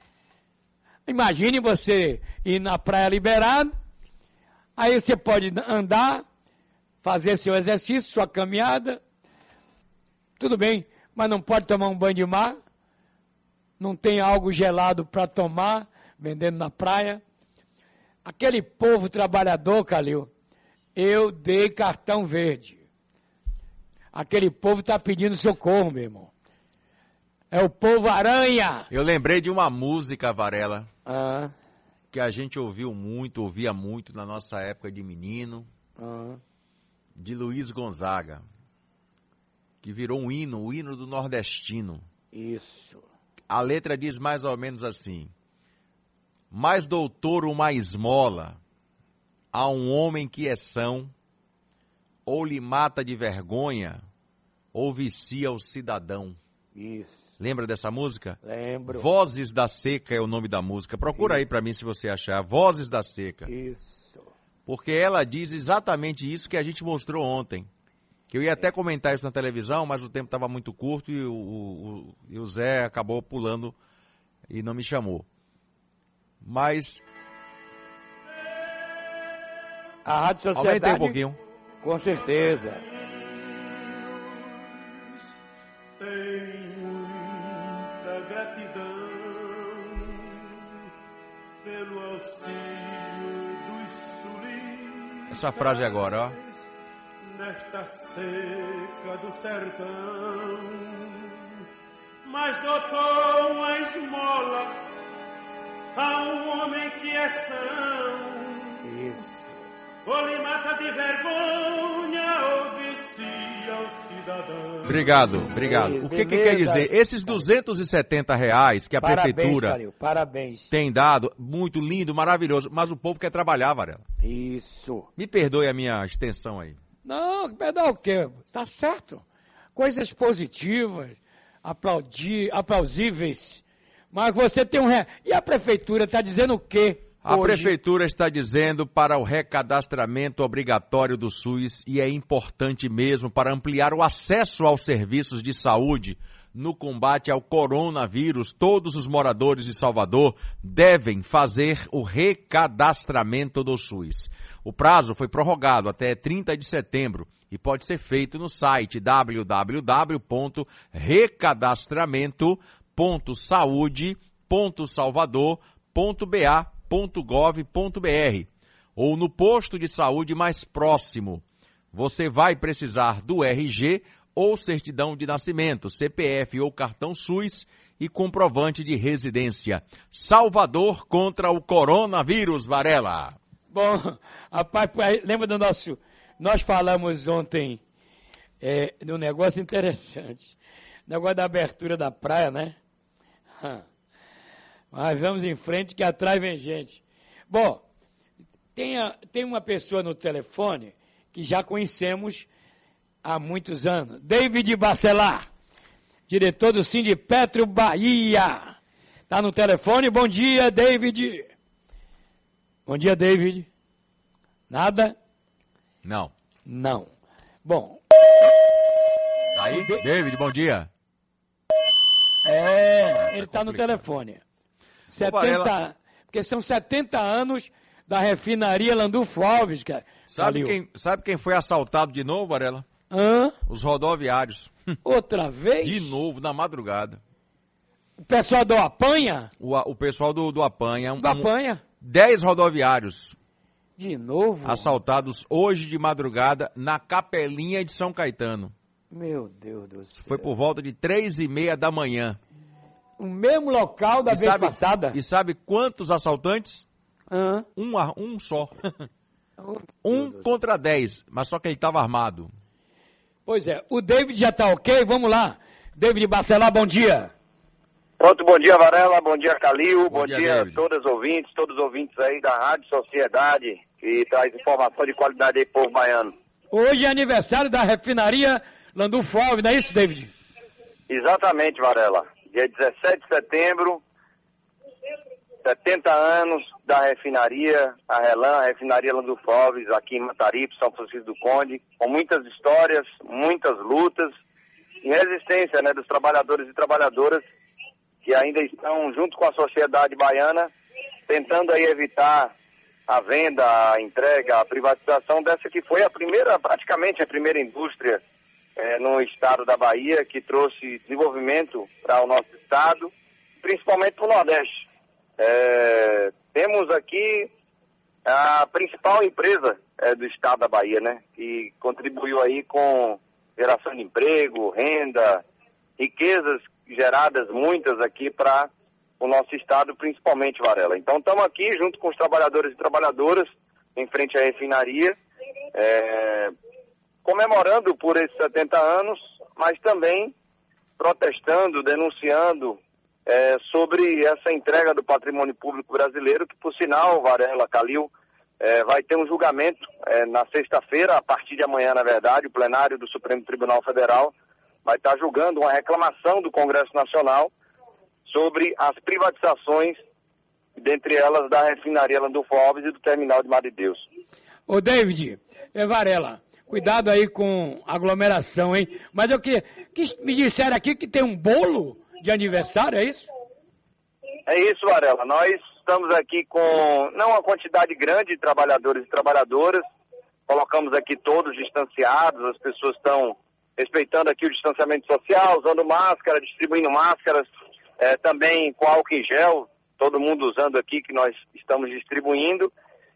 Imagine você ir na praia liberada, aí você pode andar, fazer seu exercício, sua caminhada, tudo bem, mas não pode tomar um banho de mar, não tem algo gelado para tomar, vendendo na praia. Aquele povo trabalhador, Calil, eu dei cartão verde. Aquele povo está pedindo socorro, meu irmão. É o povo aranha. Eu lembrei de uma música, Varela, ah. que a gente ouviu muito, ouvia muito na nossa época de menino, ah. de Luiz Gonzaga, que virou um hino, o hino do nordestino. Isso. A letra diz mais ou menos assim: mais doutor uma esmola, a um homem que é são, ou lhe mata de vergonha, ou vicia o cidadão. Isso. Lembra dessa música? Lembro. Vozes da Seca é o nome da música. Procura Isso. aí pra mim se você achar. Vozes da Seca. Isso. Porque ela diz exatamente isso que a gente mostrou ontem. Que eu ia até comentar isso na televisão, mas o tempo estava muito curto e o, o, e o Zé acabou pulando e não me chamou. Mas... A Rádio Sociedade... Aumentei um pouquinho. Com certeza. Tenho muita gratidão pelo auxílio dos sulis. Essa frase agora, ó. Nesta seca do sertão, mas doutor uma esmola a um homem que é são. Isso. Ou lhe mata de vergonha ou vicia o cidadão. Obrigado, obrigado. O que, que quer dizer? Esses duzentos e setenta reais que a Parabéns, prefeitura Calil, parabéns. tem dado, muito lindo, maravilhoso, mas o povo quer trabalhar, Varela. Isso. Me perdoe a minha extensão aí. Não, perdão o quê? Tá certo. Coisas positivas, aplaudir, aplausíveis. Mas você tem um... Re... E a prefeitura está dizendo o quê? A hoje? prefeitura está dizendo para o recadastramento obrigatório do SUS, e é importante mesmo para ampliar o acesso aos serviços de saúde no combate ao coronavírus. Todos os moradores de Salvador devem fazer o recadastramento do SUS. O prazo foi prorrogado até trinta de setembro e pode ser feito no site w w w ponto recadastramento ponto saúde ponto salvador ponto b a ponto gov ponto b r ou no posto de saúde mais próximo. Você vai precisar do R G ou certidão de nascimento, C P F ou cartão SUS e comprovante de residência. Salvador contra o coronavírus, Varela. Bom, rapaz, lembra do nosso... Nós falamos ontem é, de um negócio interessante. Negócio da abertura da praia, né? Mas vamos em frente que atrás vem gente. Bom, tem, a, tem uma pessoa no telefone que já conhecemos há muitos anos. David Bacelar, diretor do Sindipetro Bahia. Está no telefone. Bom dia, David. Bom dia, David. Nada? Não. Não. Bom. Aí, David, bom dia. É, ele está no telefone. setenta, Varela... Porque são setenta anos da refinaria Landulfo Alves, cara. Sabe quem, sabe quem foi assaltado de novo, Varela? Hã? Os rodoviários. Outra vez? De novo, na madrugada. O pessoal do Apanha? O, o pessoal do, do Apanha. Um, do Apanha? Dez rodoviários. De novo? Assaltados hoje de madrugada na Capelinha de São Caetano. Meu Deus do céu. Foi por volta de três e meia da manhã. O mesmo local da e vez sabe, passada? E sabe quantos assaltantes? Hã? Um, um só. Oh, um contra dez, mas só que ele estava armado. Pois é, o David já está ok, vamos lá. David Bacelar, bom dia. Pronto, bom dia, Varela, bom dia, Calil, bom, bom dia, dia a todos os ouvintes, todos os ouvintes aí da Rádio Sociedade, que traz informação de qualidade aí, povo baiano. Hoje é aniversário da refinaria Landulfo Alves, não é isso, David? Exatamente, Varela. Dia dezessete de setembro, setenta anos da refinaria, a Relan, a refinaria Landulfo Alves, aqui em Mataripe, São Francisco do Conde, com muitas histórias, muitas lutas e resistência, né, dos trabalhadores e trabalhadoras que ainda estão junto com a sociedade baiana, tentando aí evitar a venda, a entrega, a privatização dessa que foi a primeira, praticamente a primeira indústria É, no estado da Bahia, que trouxe desenvolvimento para o nosso estado, principalmente para o Nordeste. É, temos aqui a principal empresa é, do estado da Bahia, né, que contribuiu aí com geração de emprego, renda, riquezas geradas muitas aqui para o nosso estado, principalmente, Varela. Então estamos aqui junto com os trabalhadores e trabalhadoras em frente à refinaria, é, comemorando por esses setenta anos, mas também protestando, denunciando é, sobre essa entrega do patrimônio público brasileiro, que por sinal, Varela, Calil, É, vai ter um julgamento é, na sexta-feira, a partir de amanhã, na verdade, o plenário do Supremo Tribunal Federal vai estar julgando uma reclamação do Congresso Nacional sobre as privatizações, dentre elas da refinaria Landulfo Alves e do terminal de Marideus. Ô David, é Varela, cuidado aí com aglomeração, hein? Mas eu queria, que me disseram aqui que tem um bolo de aniversário, é isso? É isso, Varela. Nós estamos aqui com não uma quantidade grande de trabalhadores e trabalhadoras, colocamos aqui todos distanciados, as pessoas estão respeitando aqui o distanciamento social, usando máscara, distribuindo máscaras, é, também com álcool em gel, todo mundo usando aqui que nós estamos distribuindo,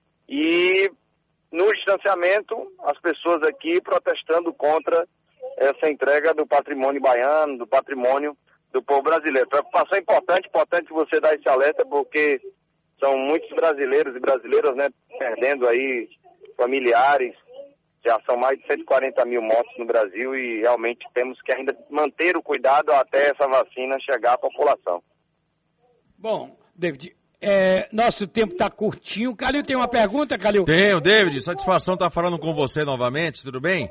e no distanciamento as pessoas aqui protestando contra essa entrega do patrimônio baiano, do patrimônio do povo brasileiro. Preocupação importante, importante você dar esse alerta, porque são muitos brasileiros e brasileiras, né, perdendo aí familiares. Já são mais de cento e quarenta mil mortos no Brasil e realmente temos que ainda manter o cuidado até essa vacina chegar à população. Bom, David, é, nosso tempo está curtinho. Calil tem uma pergunta, Calil? Tenho, David. Satisfação estar falando com você novamente, tudo bem?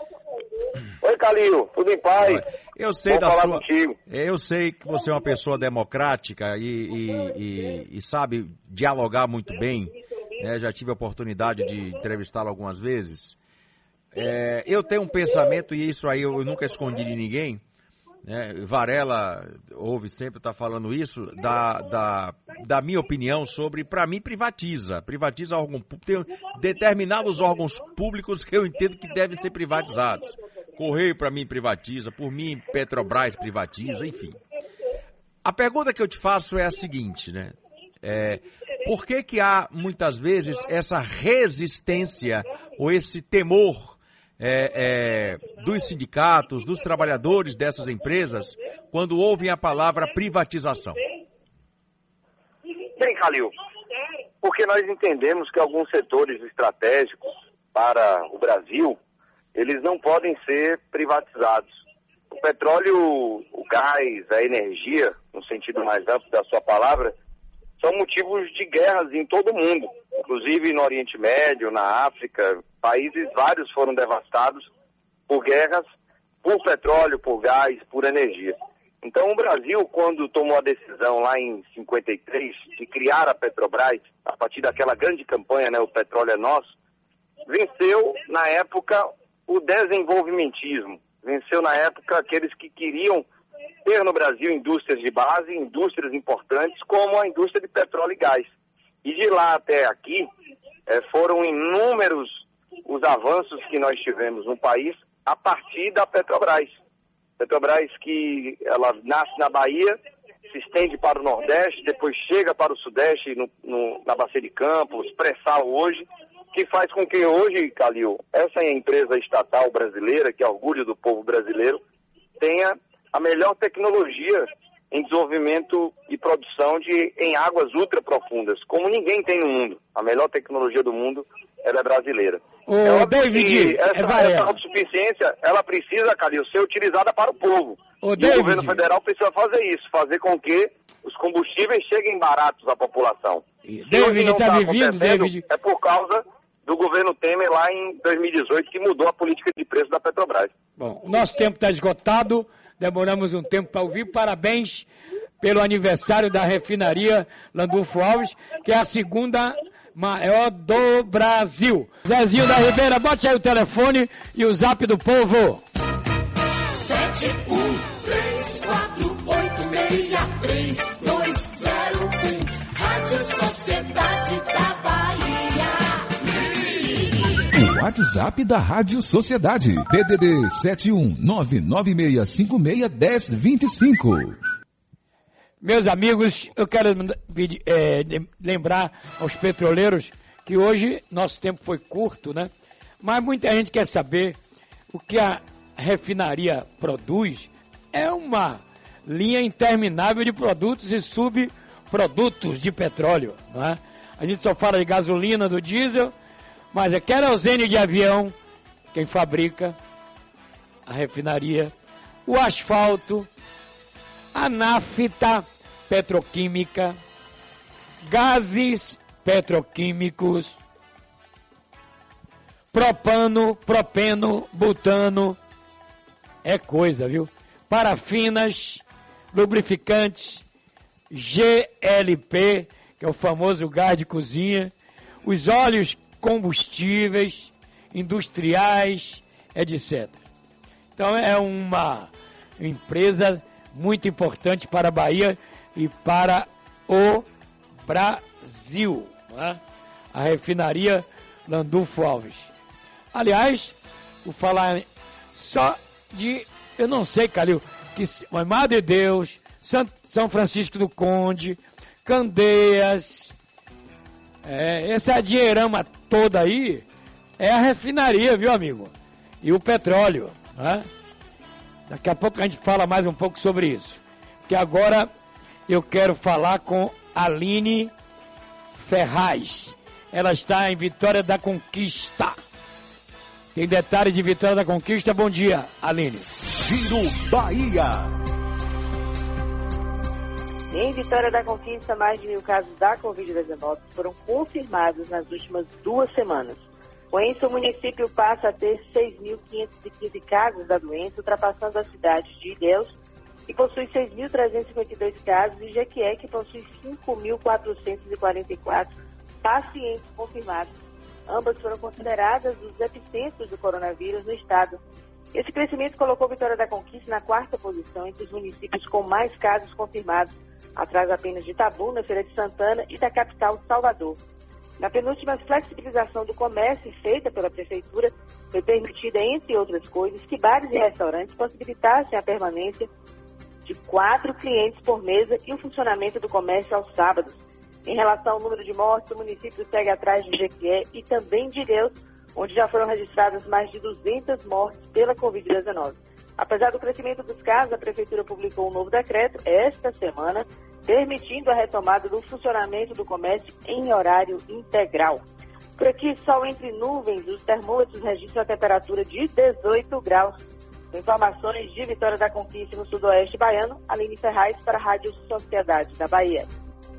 Oi, Calil, tudo em paz? Eu sei Vou da falar sua. Contigo. Eu sei que você é uma pessoa democrática e, e, e, e sabe dialogar muito bem. Né? Já tive a oportunidade de entrevistá-lo algumas vezes. É, eu tenho um pensamento, e isso aí eu nunca escondi de ninguém, né? Varela ouve sempre estar falando isso, da, da, da minha opinião sobre, para mim, privatiza. Privatiza órgão público. Tem determinados órgãos públicos que eu entendo que devem ser privatizados. Correio, para mim, privatiza. Por mim, Petrobras privatiza, enfim. A pergunta que eu te faço é a seguinte, né? É, por que que há, muitas vezes, essa resistência ou esse temor É, é, dos sindicatos, dos trabalhadores dessas empresas, quando ouvem a palavra privatização? Bem, Calil, porque nós entendemos que alguns setores estratégicos para o Brasil, eles não podem ser privatizados. O petróleo, o gás, a energia, no sentido mais amplo da sua palavra, são motivos de guerras em todo o mundo, inclusive no Oriente Médio, na África. Países vários foram devastados por guerras, por petróleo, por gás, por energia. Então o Brasil, quando tomou a decisão lá em cinquenta e três de criar a Petrobras, a partir daquela grande campanha, né, o petróleo é nosso, venceu na época o desenvolvimentismo, venceu na época aqueles que queriam ter no Brasil indústrias de base, indústrias importantes como a indústria de petróleo e gás. E de lá até aqui eh, foram inúmeros os avanços que nós tivemos no país a partir da Petrobras. Petrobras que ela nasce na Bahia, se estende para o Nordeste, depois chega para o Sudeste, no, no, na Bacia de Campos, pré-sal hoje, que faz com que hoje, Calil, essa empresa estatal brasileira, que é orgulho do povo brasileiro, tenha a melhor tecnologia em desenvolvimento e produção de, em águas ultra profundas, como ninguém tem no mundo. A melhor tecnologia do mundo, ela é brasileira. Ô, é David, essa, é essa autossuficiência, ela precisa, Calil, ser utilizada para o povo. Ô, e David. o governo federal precisa fazer isso, fazer com que os combustíveis cheguem baratos à população. David, está tá vivendo, David? É por causa do governo Temer lá em dois mil e dezoito, que mudou a política de preço da Petrobras. Bom, o nosso tempo está esgotado, demoramos um tempo para ouvir. Parabéns pelo aniversário da refinaria Landulfo Alves, que é a segunda maior do Brasil. Zezinho da Ribeira, bote aí o telefone e o zap do povo. sete um três quatro oito seis três dois zero um Rádio Sociedade da Bahia. O WhatsApp da Rádio Sociedade. D D D sete um nove nove seis cinco seis um zero dois cinco. Meus amigos, eu quero é, lembrar aos petroleiros que hoje nosso tempo foi curto, né? Mas muita gente quer saber o que a refinaria produz. É uma linha interminável de produtos e subprodutos de petróleo, não é? A gente só fala de gasolina, do diesel, mas é querosene de avião, quem fabrica, a refinaria, o asfalto, a nafta petroquímica, gases petroquímicos, propano, propeno, butano, é coisa, viu? Parafinas, lubrificantes, G L P, que é o famoso gás de cozinha, os óleos combustíveis, industriais, etcétera. Então é uma empresa muito importante para a Bahia e para o Brasil, não é? A refinaria Landulfo Alves. Aliás, vou falar só de, eu não sei, Calil, que Madre de Deus, São Francisco do Conde, Candeias, é, essa dinheirama toda aí é a refinaria, viu, amigo? E o petróleo, né? Daqui a pouco a gente fala mais um pouco sobre isso. Porque agora eu quero falar com Aline Ferraz. Ela está em Vitória da Conquista. Tem detalhe de Vitória da Conquista? Bom dia, Aline. Giro Bahia. Em Vitória da Conquista, mais de mil casos da covid dezenove foram confirmados nas últimas duas semanas. Com isso, o município passa a ter seis mil quinhentos e quinze casos da doença, ultrapassando a cidade de Ilhéus, que possui seis mil trezentos e cinquenta e dois casos, e Jequié, que possui cinco mil quatrocentos e quarenta e quatro pacientes confirmados. Ambas foram consideradas os epicentros do coronavírus no estado. Esse crescimento colocou Vitória da Conquista na quarta posição entre os municípios com mais casos confirmados, atrás apenas de Itabuna, Feira de Santana e da capital Salvador. Na penúltima flexibilização do comércio feita pela Prefeitura, foi permitida, entre outras coisas, que bares e restaurantes possibilitassem a permanência de quatro clientes por mesa e o funcionamento do comércio aos sábados. Em relação ao número de mortes, o município segue atrás de Jequié e também de Ilhéus, onde já foram registradas mais de duzentas mortes pela covid dezenove. Apesar do crescimento dos casos, a Prefeitura publicou um novo decreto esta semana, permitindo a retomada do funcionamento do comércio em horário integral. Por aqui, sol entre nuvens, os termômetros registram a temperatura de dezoito graus. Com informações de Vitória da Conquista, no sudoeste baiano, Aline Ferraz para a Rádio Sociedade da Bahia.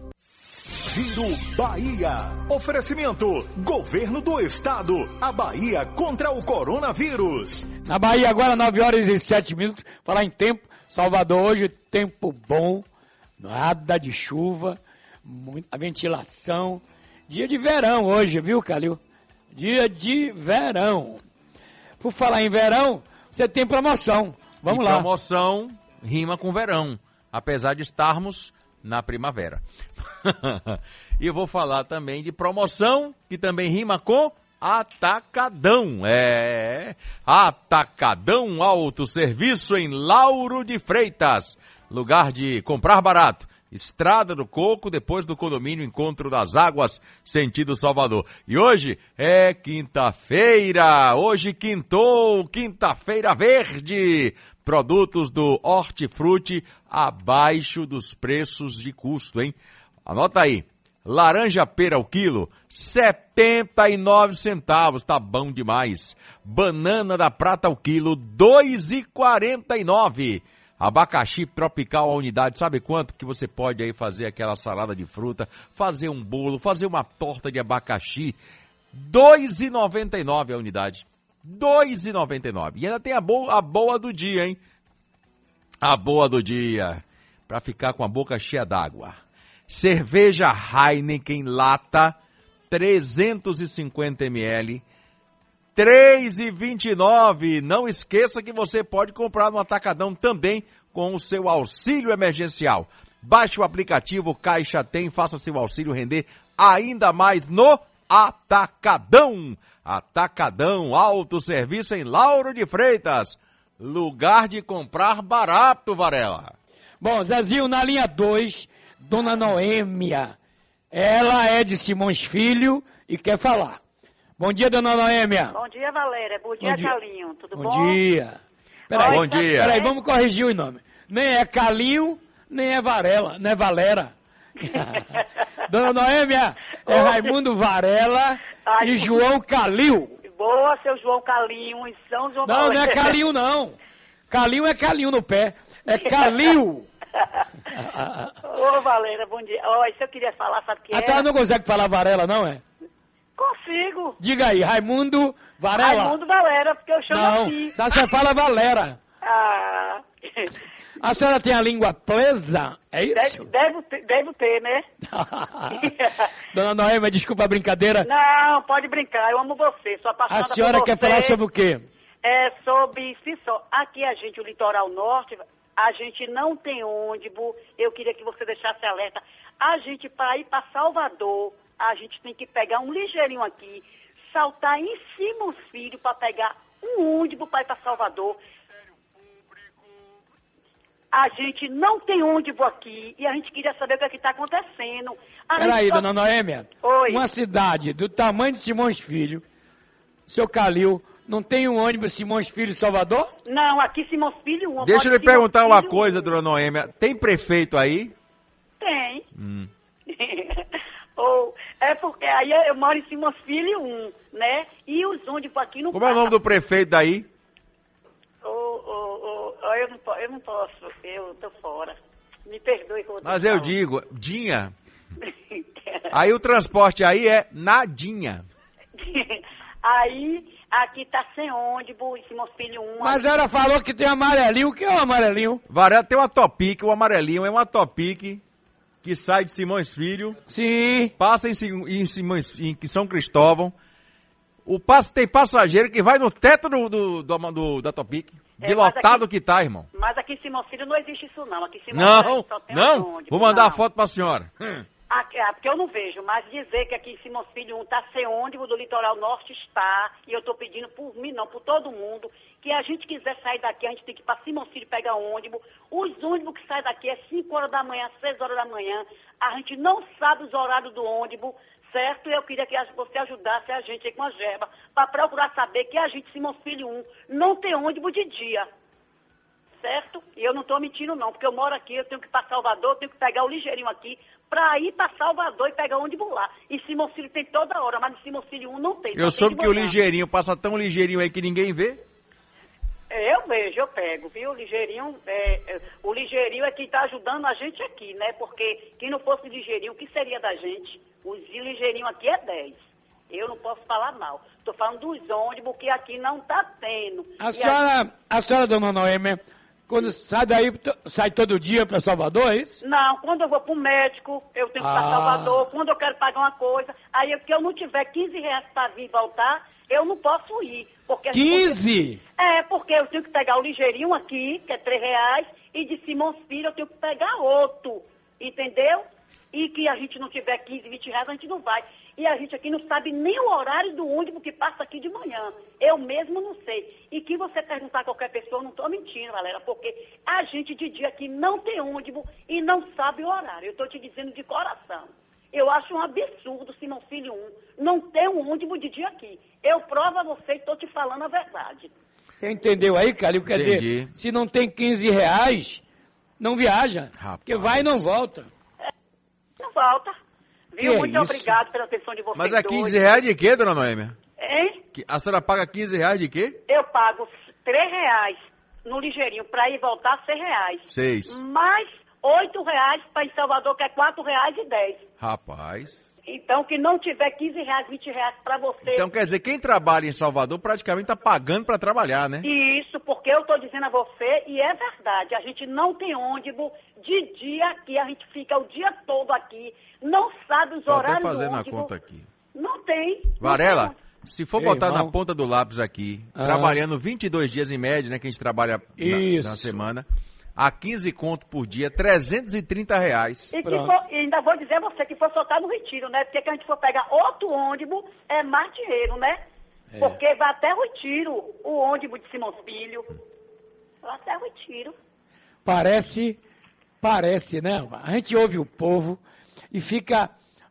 Giro Bahia. Oferecimento: Governo do Estado. A Bahia contra o coronavírus. Na Bahia agora, nove horas e sete minutos. Falar em tempo, Salvador hoje, tempo bom, nada de chuva, muita ventilação. Dia de verão hoje, viu, Calil? Dia de verão. Por falar em verão, você tem promoção. Vamos e lá. Promoção rima com verão, apesar de estarmos na primavera. E eu vou falar também de promoção, que também rima com Atacadão. É, Atacadão Autosserviço em Lauro de Freitas. Lugar de comprar barato. Estrada do Coco, depois do condomínio Encontro das Águas, sentido Salvador. E hoje é quinta-feira, hoje quintou, quinta-feira verde. Produtos do Hortifruti abaixo dos preços de custo, hein? Anota aí, laranja pera ao quilo, setenta e nove centavos, tá bom demais. Banana da prata ao quilo, dois reais e quarenta e nove centavos. Abacaxi tropical a unidade, sabe quanto que você pode aí fazer aquela salada de fruta, fazer um bolo, fazer uma torta de abacaxi, dois reais e noventa e nove centavos a unidade, dois reais e noventa e nove centavos. E ainda tem a boa, a boa do dia, hein? A boa do dia, para ficar com a boca cheia d'água. Cerveja Heineken lata, trezentos e cinquenta mililitros, três reais e vinte e nove centavos. Não esqueça que você pode comprar no Atacadão também com o seu auxílio emergencial. Baixe o aplicativo Caixa Tem, faça seu auxílio render ainda mais no Atacadão. Atacadão, autosserviço em Lauro de Freitas. Lugar de comprar barato, Varela. Bom, Zezinho, na linha dois, Dona Noêmia. Ela é de Simões Filho e quer falar. Bom dia, Dona Noêmia. Bom dia, Valéria. Bom dia, bom dia. Calinho. Tudo bom? Bom dia. Peraí, bom dia. Peraí, vamos corrigir o nome. Nem é Calinho, nem é Varela, não é Valera. Dona Noêmia, é Raimundo Varela Ai, e João Calil. Boa, seu João Calinho, em São João. Não, não é Calinho, não. Calinho é Calinho no pé. É Calil. Ô, Valéria, bom dia. Ó, isso eu queria falar, sabe o que é? A senhora não consegue falar Varela, não é? Consigo. Diga aí, Raimundo Varela. Raimundo Valera, porque eu chamo Não, assim. só você fala Valera. Ah. A senhora tem a língua presa? É isso? Deve, devo, ter, devo ter, né? Dona Noêmia, desculpa a brincadeira. Não, pode brincar, eu amo você, sou A apaixonada senhora por quer você. falar sobre o quê? É sobre, se só, aqui a gente, o litoral norte, a gente não tem ônibus, eu queria que você deixasse alerta. A gente, para ir para Salvador, a gente tem que pegar um ligeirinho aqui, saltar em cima os filhos para pegar um ônibus para ir para Salvador. A gente não tem ônibus aqui e a gente queria saber o que é está acontecendo. A Peraí, gente só- dona Noêmia. Oi. Uma cidade do tamanho de Simões Filho, seu Calil, não tem um ônibus Simões Filho Salvador? Não, aqui Simões Filho um. Deixa eu lhe pode Simões perguntar uma Filho, coisa, dona Noêmia. Tem prefeito aí? Tem. Hum. Ou, é porque aí eu moro em Simões Filho um, né? E os ônibus aqui não Como é o nome do prefeito daí? Ô, ô, ô, eu, não, po- eu não posso, eu tô fora. Me perdoe que eu vou Mas ter eu que digo, Dinha. falar. Aí o transporte aí é nadinha. Aí, aqui tá sem ônibus, em Simões Filho um. Mas ela falou que tem amarelinho. O que é o amarelinho? Varela tem uma Topic, o amarelinho é uma Topic que sai de Simões Filho. Sim. Passa em, Sim- em Simões, em São Cristóvão. O passo tem passageiro que vai no teto do, do, do- do- da Topic. É, De mas lotado aqui- que tá, irmão. Mas aqui em Simões Filho não existe isso não. Aqui em Simões Não, Filho só tem não. ônibus. Vou mandar não. a foto pra senhora. Hum. Aqui, ah, porque eu não vejo, mas dizer que aqui em Simões Filho um está sem ônibus do litoral norte está, e eu estou pedindo por mim, não, por todo mundo, que a gente quiser sair daqui, a gente tem que ir para Simões Filho pegar ônibus. Os ônibus que saem daqui é cinco horas da manhã, seis horas da manhã, a gente não sabe os horários do ônibus, certo? Eu queria que você ajudasse a gente aí com a Gerba, para procurar saber que a gente, Simões Filho um, não tem ônibus de dia. Certo? E eu não estou mentindo não, porque eu moro aqui, eu tenho que ir para Salvador, eu tenho que pegar o ligeirinho aqui para ir para Salvador e pegar ônibus lá. E Simões Filho tem toda hora, mas em Simões Filho um não tem. Eu só tem soube de que o manhã. ligeirinho passa tão ligeirinho aí que ninguém vê. É, eu vejo, eu pego, viu? O ligeirinho, é, é, o ligeirinho é quem está ajudando a gente aqui, né? Porque quem não fosse ligeirinho, o que seria da gente? Os ligeirinhos aqui é dez. Eu não posso falar mal. Estou falando dos ônibus que aqui não está tendo. A E senhora, a senhora, dona Noêmia, quando sai daí, to- sai todo dia para Salvador, é isso? Não, quando eu vou para o médico, eu tenho que ir para Ah. Salvador. Quando eu quero pagar uma coisa, aí eu- que eu não tiver quinze reais para vir e voltar, eu não posso ir. Porque quinze? É, porque eu tenho que pegar o ligeirinho aqui, que é três reais, e de Simões Filho eu tenho que pegar outro, entendeu? E que a gente não tiver quinze, vinte reais, a gente não vai. E a gente aqui não sabe nem o horário do ônibus que passa aqui de manhã. Eu mesmo não sei. E que você perguntar a qualquer pessoa, eu não estou mentindo, galera, porque a gente de dia aqui não tem ônibus e não sabe o horário. Eu estou te dizendo de coração. Eu acho um absurdo, Simão Filho um, não ter um ônibus de dia aqui. Eu provo a você e estou te falando a verdade. Você entendeu aí, Calil? Quer Entendi. dizer, se não tem quinze reais, não viaja. Porque vai e não volta. Não volta. Viu? Que Muito isso? obrigado pela atenção de vocês Mas é dois. quinze reais de quê, dona Noêmia? Hein? Que- A senhora paga quinze reais de quê? Eu pago três reais no ligeirinho para ir e voltar, seis reais. Seis. Mais oito reais para em Salvador, que é quatro reais e dez. Rapaz. Então, que não tiver quinze reais, vinte reais para você. Então quer dizer, quem trabalha em Salvador praticamente está pagando para trabalhar, né? Isso, porque eu estou dizendo a você, e é verdade, a gente não tem ônibus de dia aqui, a gente fica o dia todo aqui, não sabe os Tô até horários do fazendo a ônibus. conta aqui. Não tem. não Varela, tem. se for Ei, botar irmão. na ponta do lápis aqui, Ah. trabalhando vinte e dois dias em média, né, que a gente trabalha na, Isso. na semana, a quinze conto por dia, trezentos e trinta reais. E que Pronto. for, e ainda vou dizer a você que for soltar no retiro, né? Porque que a gente for pegar outro ônibus, é mais dinheiro, né? É. Porque vai até o retiro, o ônibus de Simões Filho. Vai até o retiro. Parece, parece, né? A gente ouve o povo e fica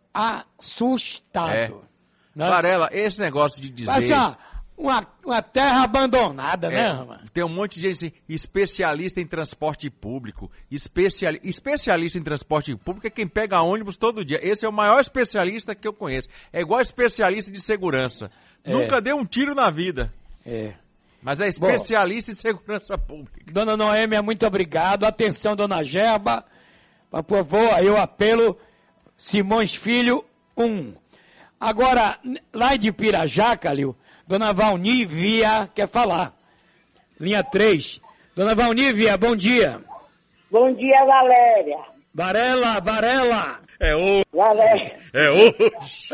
assustado. Né? Varela, esse negócio de dizer... Mas, ó, uma, uma terra abandonada, É, né, Rama? tem um monte de gente assim, especialista em transporte público, especiali, especialista em transporte público é quem pega ônibus todo dia. Esse é o maior especialista que eu conheço. É igual especialista de segurança. É. Nunca deu um tiro na vida, É. mas é especialista em segurança pública. Dona Noêmia, muito obrigado. Atenção, dona Gerba. Por favor, aí o apelo Simões Filho um. Agora, lá de Pirajá, Calil, dona Valnívia quer falar. Linha três. Dona Valnívia, bom dia. Bom dia, Valéria. Varela, Varela. É hoje. Valéria. É hoje.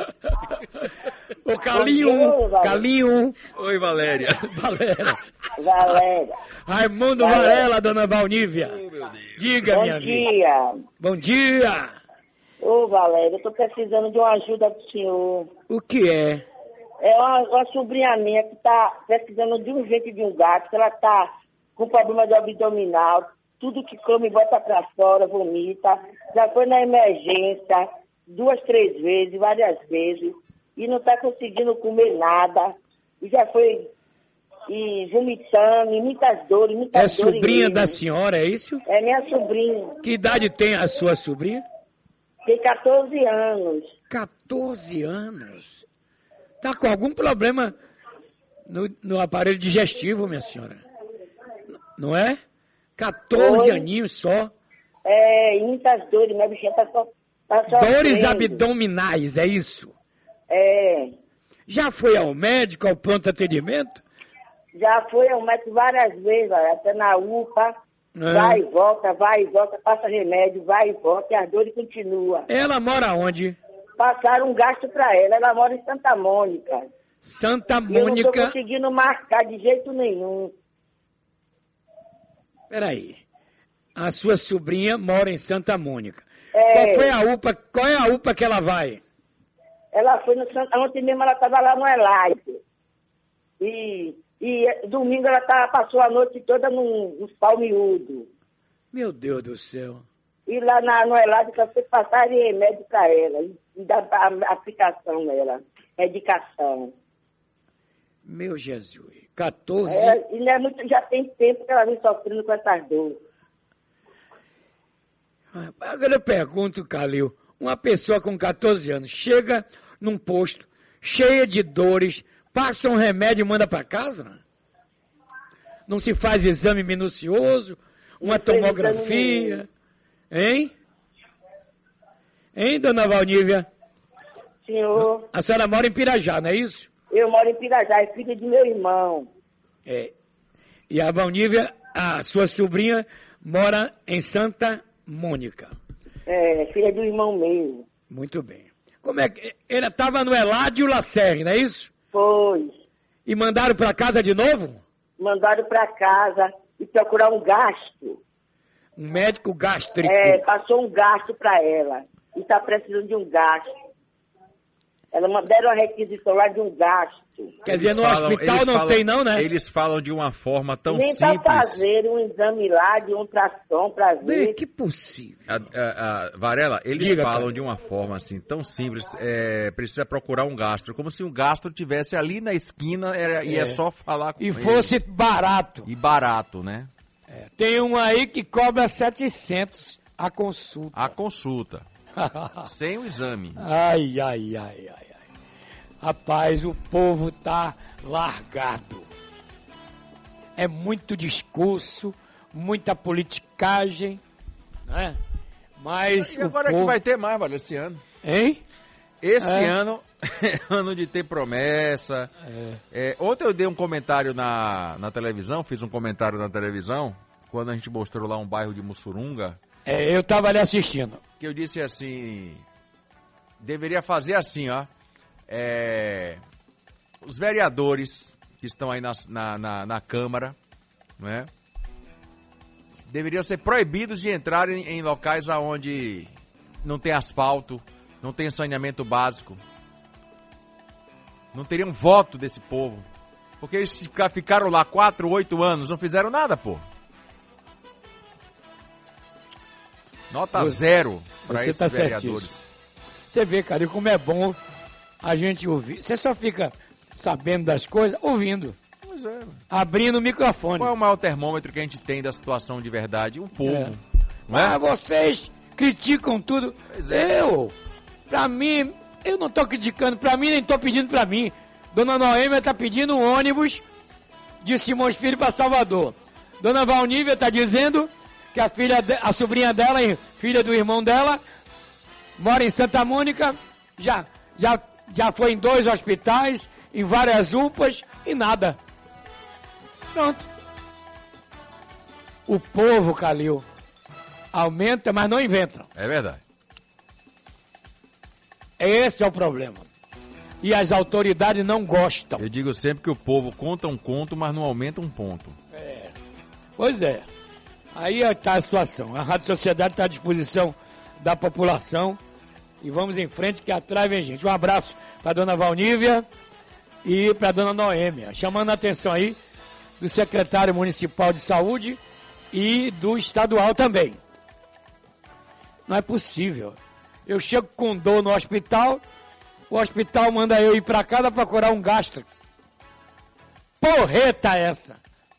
Ô, Calinho, Calinho. Oi, Valéria. Valéria. Valéria. Raimundo Valéria. Varela, dona Valnívia. Diga, Bom minha dia. amiga. Bom dia. Ô, Valéria, eu tô precisando de uma ajuda do senhor. O que é? É uma, uma sobrinha minha que tá precisando de um jeito de um gato, que ela tá com problema de abdominal, tudo que come bota pra fora, vomita. Já foi na emergência duas, três vezes, várias vezes, e não tá conseguindo comer nada. E já foi e vomitando, e muitas dores, muitas É dores. sobrinha mesmo. da senhora, é isso? É minha sobrinha. Que idade tem a sua sobrinha? Tem catorze anos. catorze anos? Tá com algum problema no, no aparelho digestivo, minha senhora? Não é? catorze Oi. aninhos só. É, e muitas dores, minha bichinha tá só. Tá Dores sofrendo. abdominais, é isso? É. Já foi ao médico, ao pronto atendimento? Já foi ao médico várias vezes, olha, até na U P A, Ah. vai e volta, vai e volta, passa remédio, vai e volta, e as dores continuam. Ela mora onde? Passaram um gasto pra ela, ela mora em Santa Mônica. Santa E eu não tô Mônica. conseguindo marcar de jeito nenhum. Peraí. A sua sobrinha mora em Santa Mônica. É. Qual foi a U P A? Qual é a U P A que ela vai? Ela foi no Santa, ontem mesmo ela estava lá no Elite. E, e domingo ela tava, passou a noite toda no, no pau miúdo. Meu Deus do céu. E lá na, no Elite só foi passar remédio para ela. E, e dar a, a aplicação nela. Medicação. Meu Jesus. catorze. É, e não é muito, já tem tempo que ela vem sofrendo com essas dores. Agora eu pergunto, Calil, uma pessoa com catorze anos chega num posto cheia de dores, passa um remédio e manda para casa? Não se faz exame minucioso, uma Não fez tomografia, hein? Hein, dona Valnívia? Senhor, A senhora mora em Pirajá, não é isso? eu moro em Pirajá, é filha de meu irmão. É. E a Valnívia, a sua sobrinha, mora em Santa Mônica. É, filha do irmão meu. Muito bem. Como é que... Ela estava no Eládio Lacerre, não é isso? Foi. E mandaram para casa de novo? Mandaram para casa e procurar um gasto. Um médico gástrico. É, passou um gasto para ela. E está precisando de um gasto. Ela mandaram uma requisição lá de um gasto. Quer dizer, no hospital eles não falam- tem não, né? Eles falam de uma forma tão Nem para simples. fazer um exame lá de ultrassom para ver. Que possível. A, a- a- Varela, eles Diga, falam cara. de uma forma assim tão simples, é, precisa procurar um gastro, como se um gastro tivesse ali na esquina era, e É. é só falar com E ele. fosse barato. E barato, né? Tem um aí que cobra setecentos a consulta. A consulta. Sem o exame. Ai, ai, ai, ai, ai. Rapaz, o povo tá largado. É muito discurso, muita politicagem, né? Mas E o agora é povo... que vai ter mais, Varela, esse ano. Hein? Esse É. ano é ano de ter promessa. É, ontem eu dei um comentário na, na televisão, fiz um comentário na televisão, quando a gente mostrou lá um bairro de Mussurunga, É, eu tava ali assistindo. que eu disse assim, deveria fazer assim, ó, é, os vereadores que estão aí na, na, na, na Câmara, não é? Deveriam ser proibidos de entrar em, em locais onde não tem asfalto, não tem saneamento básico. Não teriam voto desse povo. Porque eles fica- ficaram lá quatro, oito anos, não fizeram nada, pô. Nota Você- zero para você esses tá vereadores. certíssimo. Você vê, cara, como é bom a gente ouvir. Você só fica sabendo das coisas ouvindo, Pois é. abrindo o microfone. Qual é o maior termômetro que a gente tem da situação de verdade? O povo. É. Não é? Mas vocês criticam tudo. é. Eu, pra mim, eu não tô criticando pra mim, nem tô pedindo pra mim. Dona Noêmia tá pedindo um ônibus de Simões Filho pra Salvador. Dona Valnívia tá dizendo que a filha, de- a sobrinha dela, filha do irmão dela, mora em Santa Mônica, já, já Já foi em dois hospitais, em várias U P As e nada. Pronto. O povo, Calil, aumenta, mas não inventa. É verdade. Esse é o problema. E as autoridades não gostam. Eu digo sempre que o povo conta um conto, mas não aumenta um ponto. É. Pois é. Aí está a situação. A Rádio Sociedade está à disposição da população. E vamos em frente, que atrás vem gente. Um abraço para a dona Valnívia e para a dona Noêmia. Chamando a atenção aí do secretário municipal de saúde e do estadual também. Não é possível. Eu chego com dor no hospital, o hospital manda eu ir para casa para curar um gastro. Porreta essa!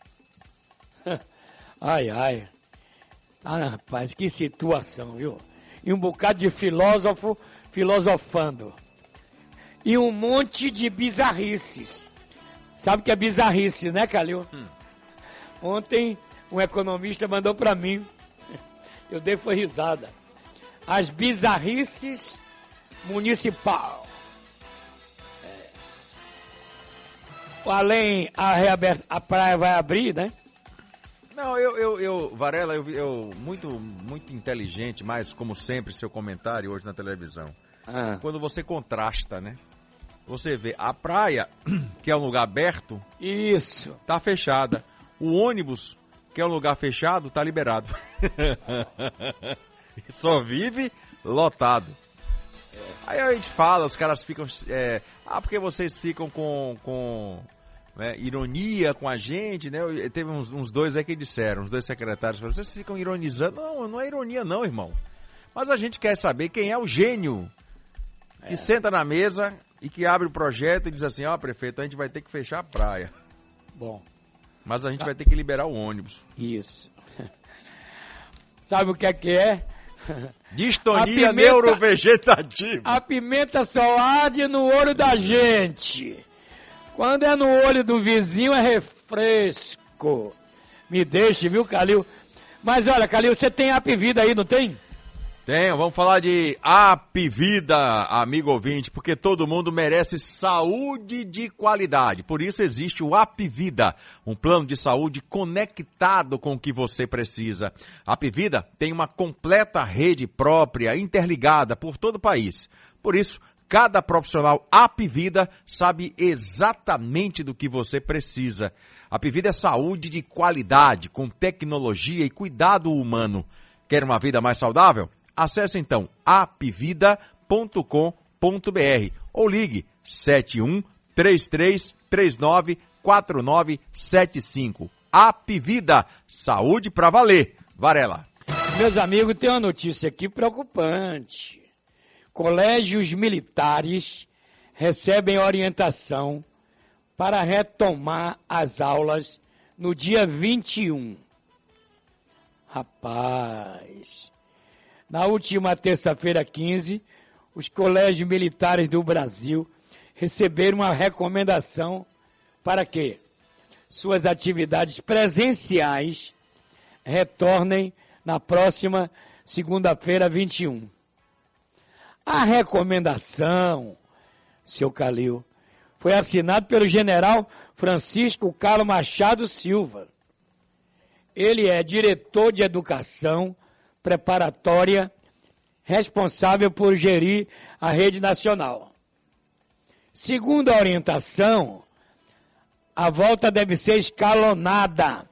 Ai, ai. Ah, rapaz, que situação, viu? E um bocado de filósofo filosofando. E um monte de bizarrices. Sabe o que é bizarrice, né, Calil? Hum. Ontem um economista mandou para mim. Eu dei foi risada. As bizarrices municipal. É. Além, a, reaberta, a praia vai abrir, né? Não, eu, eu, eu Varela, eu, eu muito, muito inteligente, mas como sempre, seu comentário hoje na televisão. Ah. Quando você contrasta, né? Você vê a praia, que é um lugar aberto, isso, tá fechada. O ônibus, que é um lugar fechado, tá liberado. Só vive lotado. É. Aí a gente fala, os caras ficam... É, ah, porque vocês ficam com... com né, ironia com a gente, né? Teve uns, uns dois aí que disseram, uns dois secretários, vocês ficam ironizando. Não, não é ironia não, irmão. Mas a gente quer saber quem é o gênio que é. senta na mesa e que abre o projeto e diz assim, ó, oh, prefeito, a gente vai ter que fechar a praia. Bom. Mas a gente ah. vai ter que liberar o ônibus. Isso. Sabe o que é que é? Distonia pimenta, neurovegetativa. A pimenta só arde no olho da gente. Quando é no olho do vizinho é refresco. Me deixe, viu, Calil? Mas olha, Calil, você tem Apvida aí, não tem? Tenho, vamos falar de Apvida, amigo ouvinte, porque todo mundo merece saúde de qualidade. Por isso existe o Apvida, um plano de saúde conectado com o que você precisa. A Apvida tem uma completa rede própria, interligada por todo o país. Por isso, cada profissional Apvida sabe exatamente do que você precisa. Apvida é saúde de qualidade, com tecnologia e cuidado humano. Quer uma vida mais saudável? Acesse então apvida ponto com ponto br ou ligue sete um três três três nove quatro nove sete cinco. Apvida, saúde pra valer. Varela. Meus amigos, tem uma notícia aqui preocupante. Colégios militares recebem orientação para retomar as aulas no dia vinte e um. Rapaz, na última terça-feira quinze, os colégios militares do Brasil receberam uma recomendação para que suas atividades presenciais retornem na próxima segunda-feira vinte e um. A recomendação, seu Calil, foi assinada pelo general Francisco Carlos Machado Silva. Ele é diretor de educação preparatória, responsável por gerir a rede nacional. Segundo a orientação, a volta deve ser escalonada.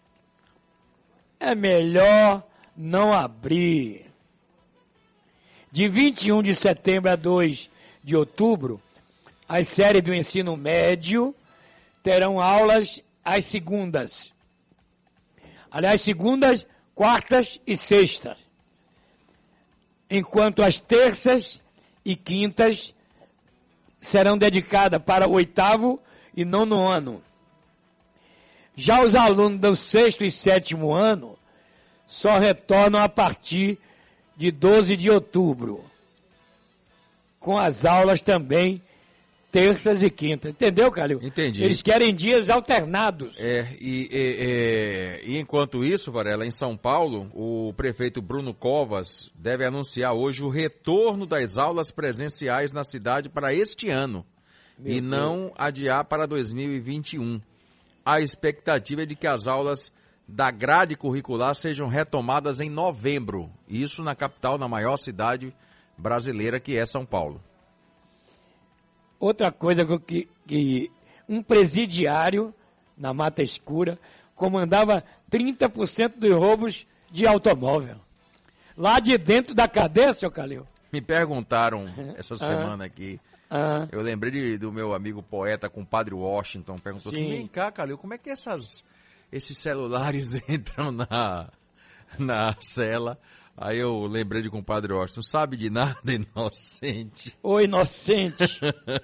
É melhor não abrir. De vinte e um de setembro a dois de outubro, as séries do ensino médio terão aulas às segundas. Aliás, segundas, quartas e sextas. Enquanto as terças e quintas serão dedicadas para o oitavo e nono ano. Já os alunos do sexto e sétimo ano só retornam a partir de doze de outubro, com as aulas também terças e quintas. Entendeu, Calil? Entendi. Eles querem dias alternados. É, e, e, e, e enquanto isso, Varela, em São Paulo, o prefeito Bruno Covas deve anunciar hoje o retorno das aulas presenciais na cidade para este ano. Meu e Deus. Não adiar para dois mil e vinte e um. A expectativa é de que as aulas da grade curricular sejam retomadas em novembro. Isso na capital, na maior cidade brasileira, que é São Paulo. Outra coisa que, que um presidiário na Mata Escura comandava trinta por cento dos roubos de automóvel. Lá de dentro da cadeia, seu Calil. Me perguntaram essa ah, semana aqui. Ah, eu lembrei de, do meu amigo poeta, compadre Washington, perguntou sim. assim, vem cá, Calil, como é que essas, esses celulares entram na, na cela? Aí eu lembrei de compadre Washington, sabe de nada, inocente. Ô, inocente.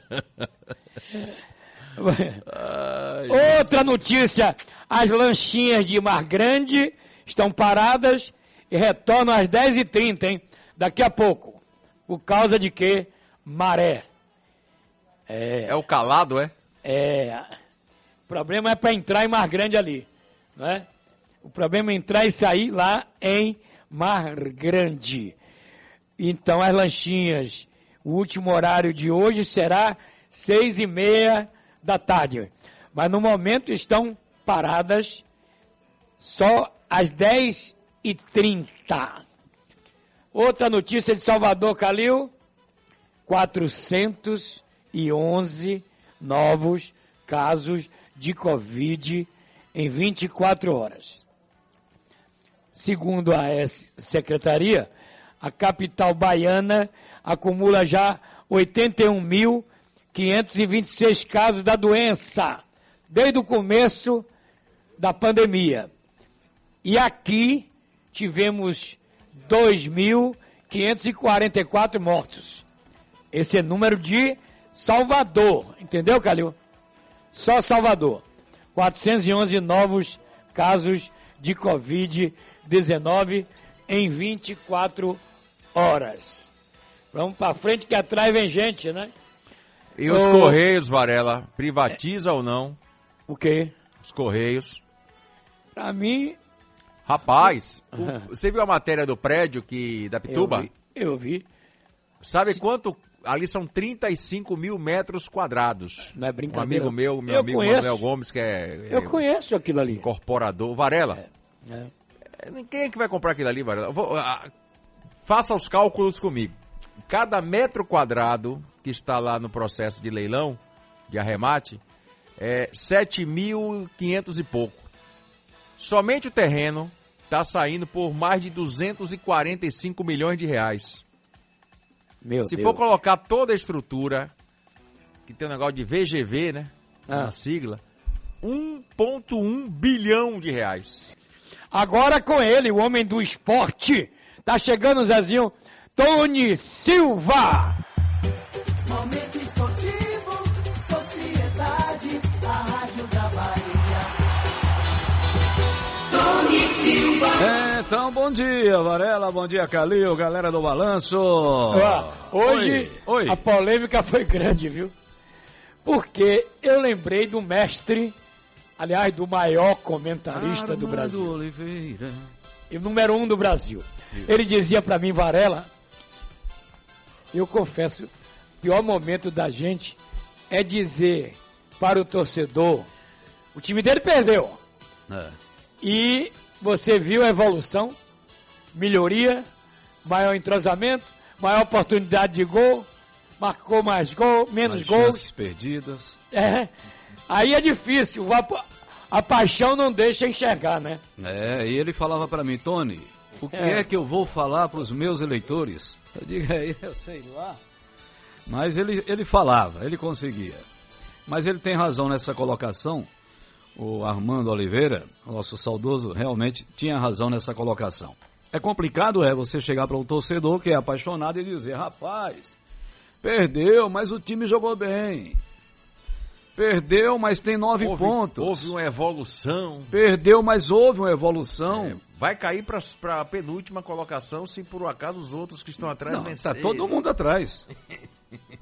Ai, outra notícia, as lanchinhas de Mar Grande estão paradas e retornam às dez e trinta, hein? Daqui a pouco. Por causa de quê? Maré. É, é o calado, é? É. O problema é para entrar em Mar Grande ali, não é? O problema é entrar e sair lá em Mar Grande. Então as lanchinhas, o último horário de hoje será seis e meia da tarde. Mas no momento estão paradas só às dez e trinta. Outra notícia de Salvador, Calil, quatrocentos e onze novos casos de Covid em vinte e quatro horas. Segundo a Secretaria, a capital baiana acumula já oitenta e um mil quinhentos e vinte e seis casos da doença, desde o começo da pandemia. E aqui tivemos dois mil quinhentos e quarenta e quatro mortos. Esse é número de Salvador, entendeu, Calil? Só Salvador. quatrocentos e onze novos casos de Covid dezenove em vinte e quatro horas. Vamos para frente que atrás vem gente, né? E os o... Correios, Varela, privatiza é... ou não? O quê? Os Correios. Para mim... Rapaz, o... você viu a matéria do prédio que da Pituba? Eu vi. Eu vi. Sabe quanto... Ali são trinta e cinco mil metros quadrados. Não é brincadeira. Um amigo meu, meu eu amigo conheço. Manuel Gomes, que é... Eu é, conheço aquilo ali. Incorporador. Varela. É. É. Quem é que vai comprar aquilo ali, Varela? Vou, ah, faça os cálculos comigo. Cada metro quadrado que está lá no processo de leilão, de arremate, é sete mil e quinhentos e pouco. Somente o terreno está saindo por mais de duzentos e quarenta e cinco milhões de reais. Meu Se Deus. for colocar toda a estrutura, que tem um negócio de V G V, né? Ah. Uma sigla, um vírgula um bilhão de reais. Agora com ele, o homem do esporte, tá chegando, Zezinho, Tony Silva. Momento esportivo, sociedade, a rádio da Bahia. Tony Silva. É, então, bom dia, Varela, bom dia, Calil, galera do Balanço. Ah, hoje, Oi. Oi. a polêmica foi grande, viu? Porque eu lembrei do mestre... Aliás, do maior comentarista Armando do Brasil. Oliveira. E o número um do Brasil. Isso. Ele dizia pra mim, Varela, eu confesso, o pior momento da gente é dizer para o torcedor, o time dele perdeu. É. E você viu a evolução, melhoria, maior entrosamento, maior oportunidade de gol, marcou mais gol, menos As gols. chances perdidas. É. Aí é difícil, a, a paixão não deixa enxergar, né? É, e ele falava pra mim, Tony, o que é, é que eu vou falar pros meus eleitores? Eu digo, aí, eu sei lá. Mas ele, ele falava, ele conseguia. Mas ele tem razão nessa colocação, o Armando Oliveira, nosso saudoso, realmente tinha razão nessa colocação. É complicado, é, você chegar para um torcedor que é apaixonado e dizer, rapaz, perdeu, mas o time jogou bem. Perdeu, mas tem nove houve, pontos. Houve uma evolução. Perdeu, mas houve uma evolução. É, vai cair para a penúltima colocação se por um acaso os outros que estão atrás Não, vencerem. tá todo mundo atrás.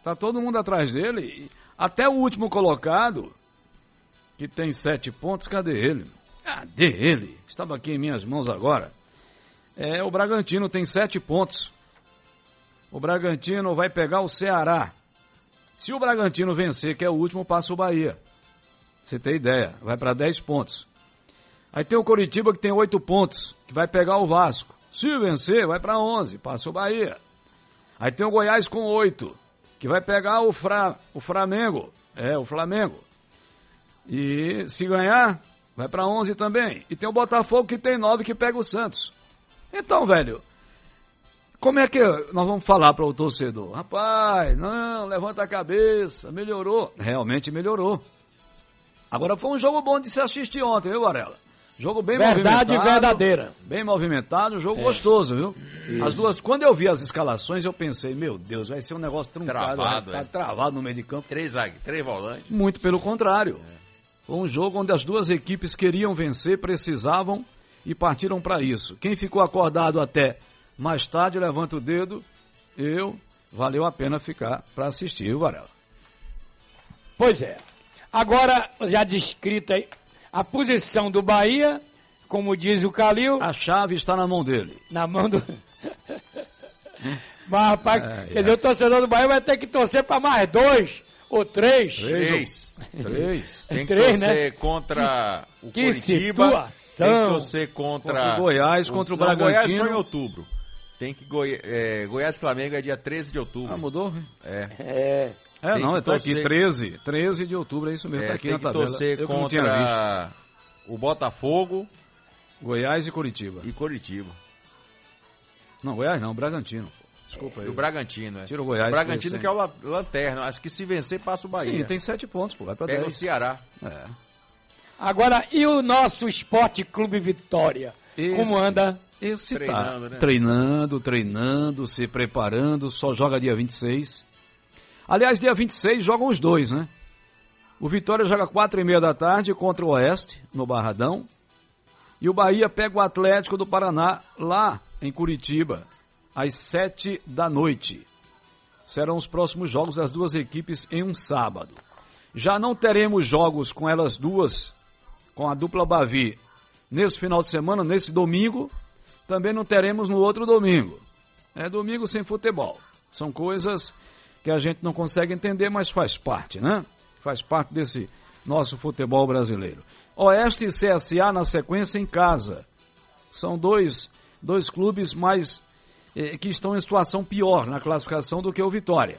Tá todo mundo atrás dele. Até o último colocado, que tem sete pontos, cadê ele? Cadê ele? Estava aqui em minhas mãos agora. É, o Bragantino tem sete pontos. O Bragantino vai pegar o Ceará. Se o Bragantino vencer, que é o último, passa o Bahia. Você tem ideia, vai para dez pontos. Aí tem o Coritiba, que tem oito pontos, que vai pegar o Vasco. Se vencer, vai para onze, passa o Bahia. Aí tem o Goiás com oito, que vai pegar o, Fra, o Flamengo. É, o Flamengo. E se ganhar, vai para onze também. E tem o Botafogo, que tem nove, que pega o Santos. Então, velho, como é que nós vamos falar para o torcedor? Rapaz, não, levanta a cabeça, melhorou. Realmente melhorou. Agora foi um jogo bom de se assistir ontem, viu, Varela? Jogo bem Verdade movimentado. verdadeira. Bem movimentado, um jogo É. gostoso, viu? Isso. As duas, quando eu vi as escalações, eu pensei, meu Deus, vai ser um negócio truncado, Travado, vai é. ficar travado no meio de campo. Três zagueiros, três volantes. Muito pelo contrário. Foi um jogo onde as duas equipes queriam vencer, precisavam e partiram para isso. Quem ficou acordado até mais tarde, levanta o dedo. Eu, valeu a pena ficar para assistir, viu, Varela? Pois é. Agora, já descrita aí, a posição do Bahia, como diz o Calil... A chave está na mão dele. Na mão do... Mas, rapaz, É, quer é. dizer, o torcedor do Bahia vai ter que torcer para mais dois ou três. Três. Três. Tem que Três, torcer né? contra o que Coritiba. situação. Tem que torcer contra... Contra o Goiás, contra o não, Goiás Bragantino. só em outubro. Tem que... Goi... É, Goiás e Flamengo é dia treze de outubro. Ah, mudou? É. É. É, Tem não, que eu tô aqui, torcer- treze, treze de outubro, é isso mesmo, É, tá aqui tem na que tabela. torcer Eu que não tinha contra o Botafogo, Goiás e Curitiba. e Coritiba. Não, Goiás não, Bragantino. Pô. Desculpa aí. E o Bragantino, é. Tira o Goiás. O Bragantino esse que é o la- lanterna. Acho que se vencer, passa o Bahia. Sim, tem sete pontos, pô, vai pra Pega dez. o Ceará. É. Agora, e o nosso Esporte Clube Vitória? Esse- Como anda? Esse Treinando, tá né? treinando, treinando, se preparando, só joga dia vinte e seis. Aliás, dia vinte e seis jogam os dois, né? O Vitória joga quatro e meia da tarde contra o Oeste, no Barradão. E o Bahia pega o Atlético do Paraná, lá em Curitiba, às sete da noite. Serão os próximos jogos das duas equipes em um sábado. Já não teremos jogos com elas duas, com a dupla Bavi, nesse final de semana, nesse domingo. Também não teremos no outro domingo. É domingo sem futebol. São coisas que a gente não consegue entender, mas faz parte, né? Faz parte desse nosso futebol brasileiro. Oeste e C S A na sequência em casa. São dois, dois clubes mais eh, que estão em situação pior na classificação do que o Vitória.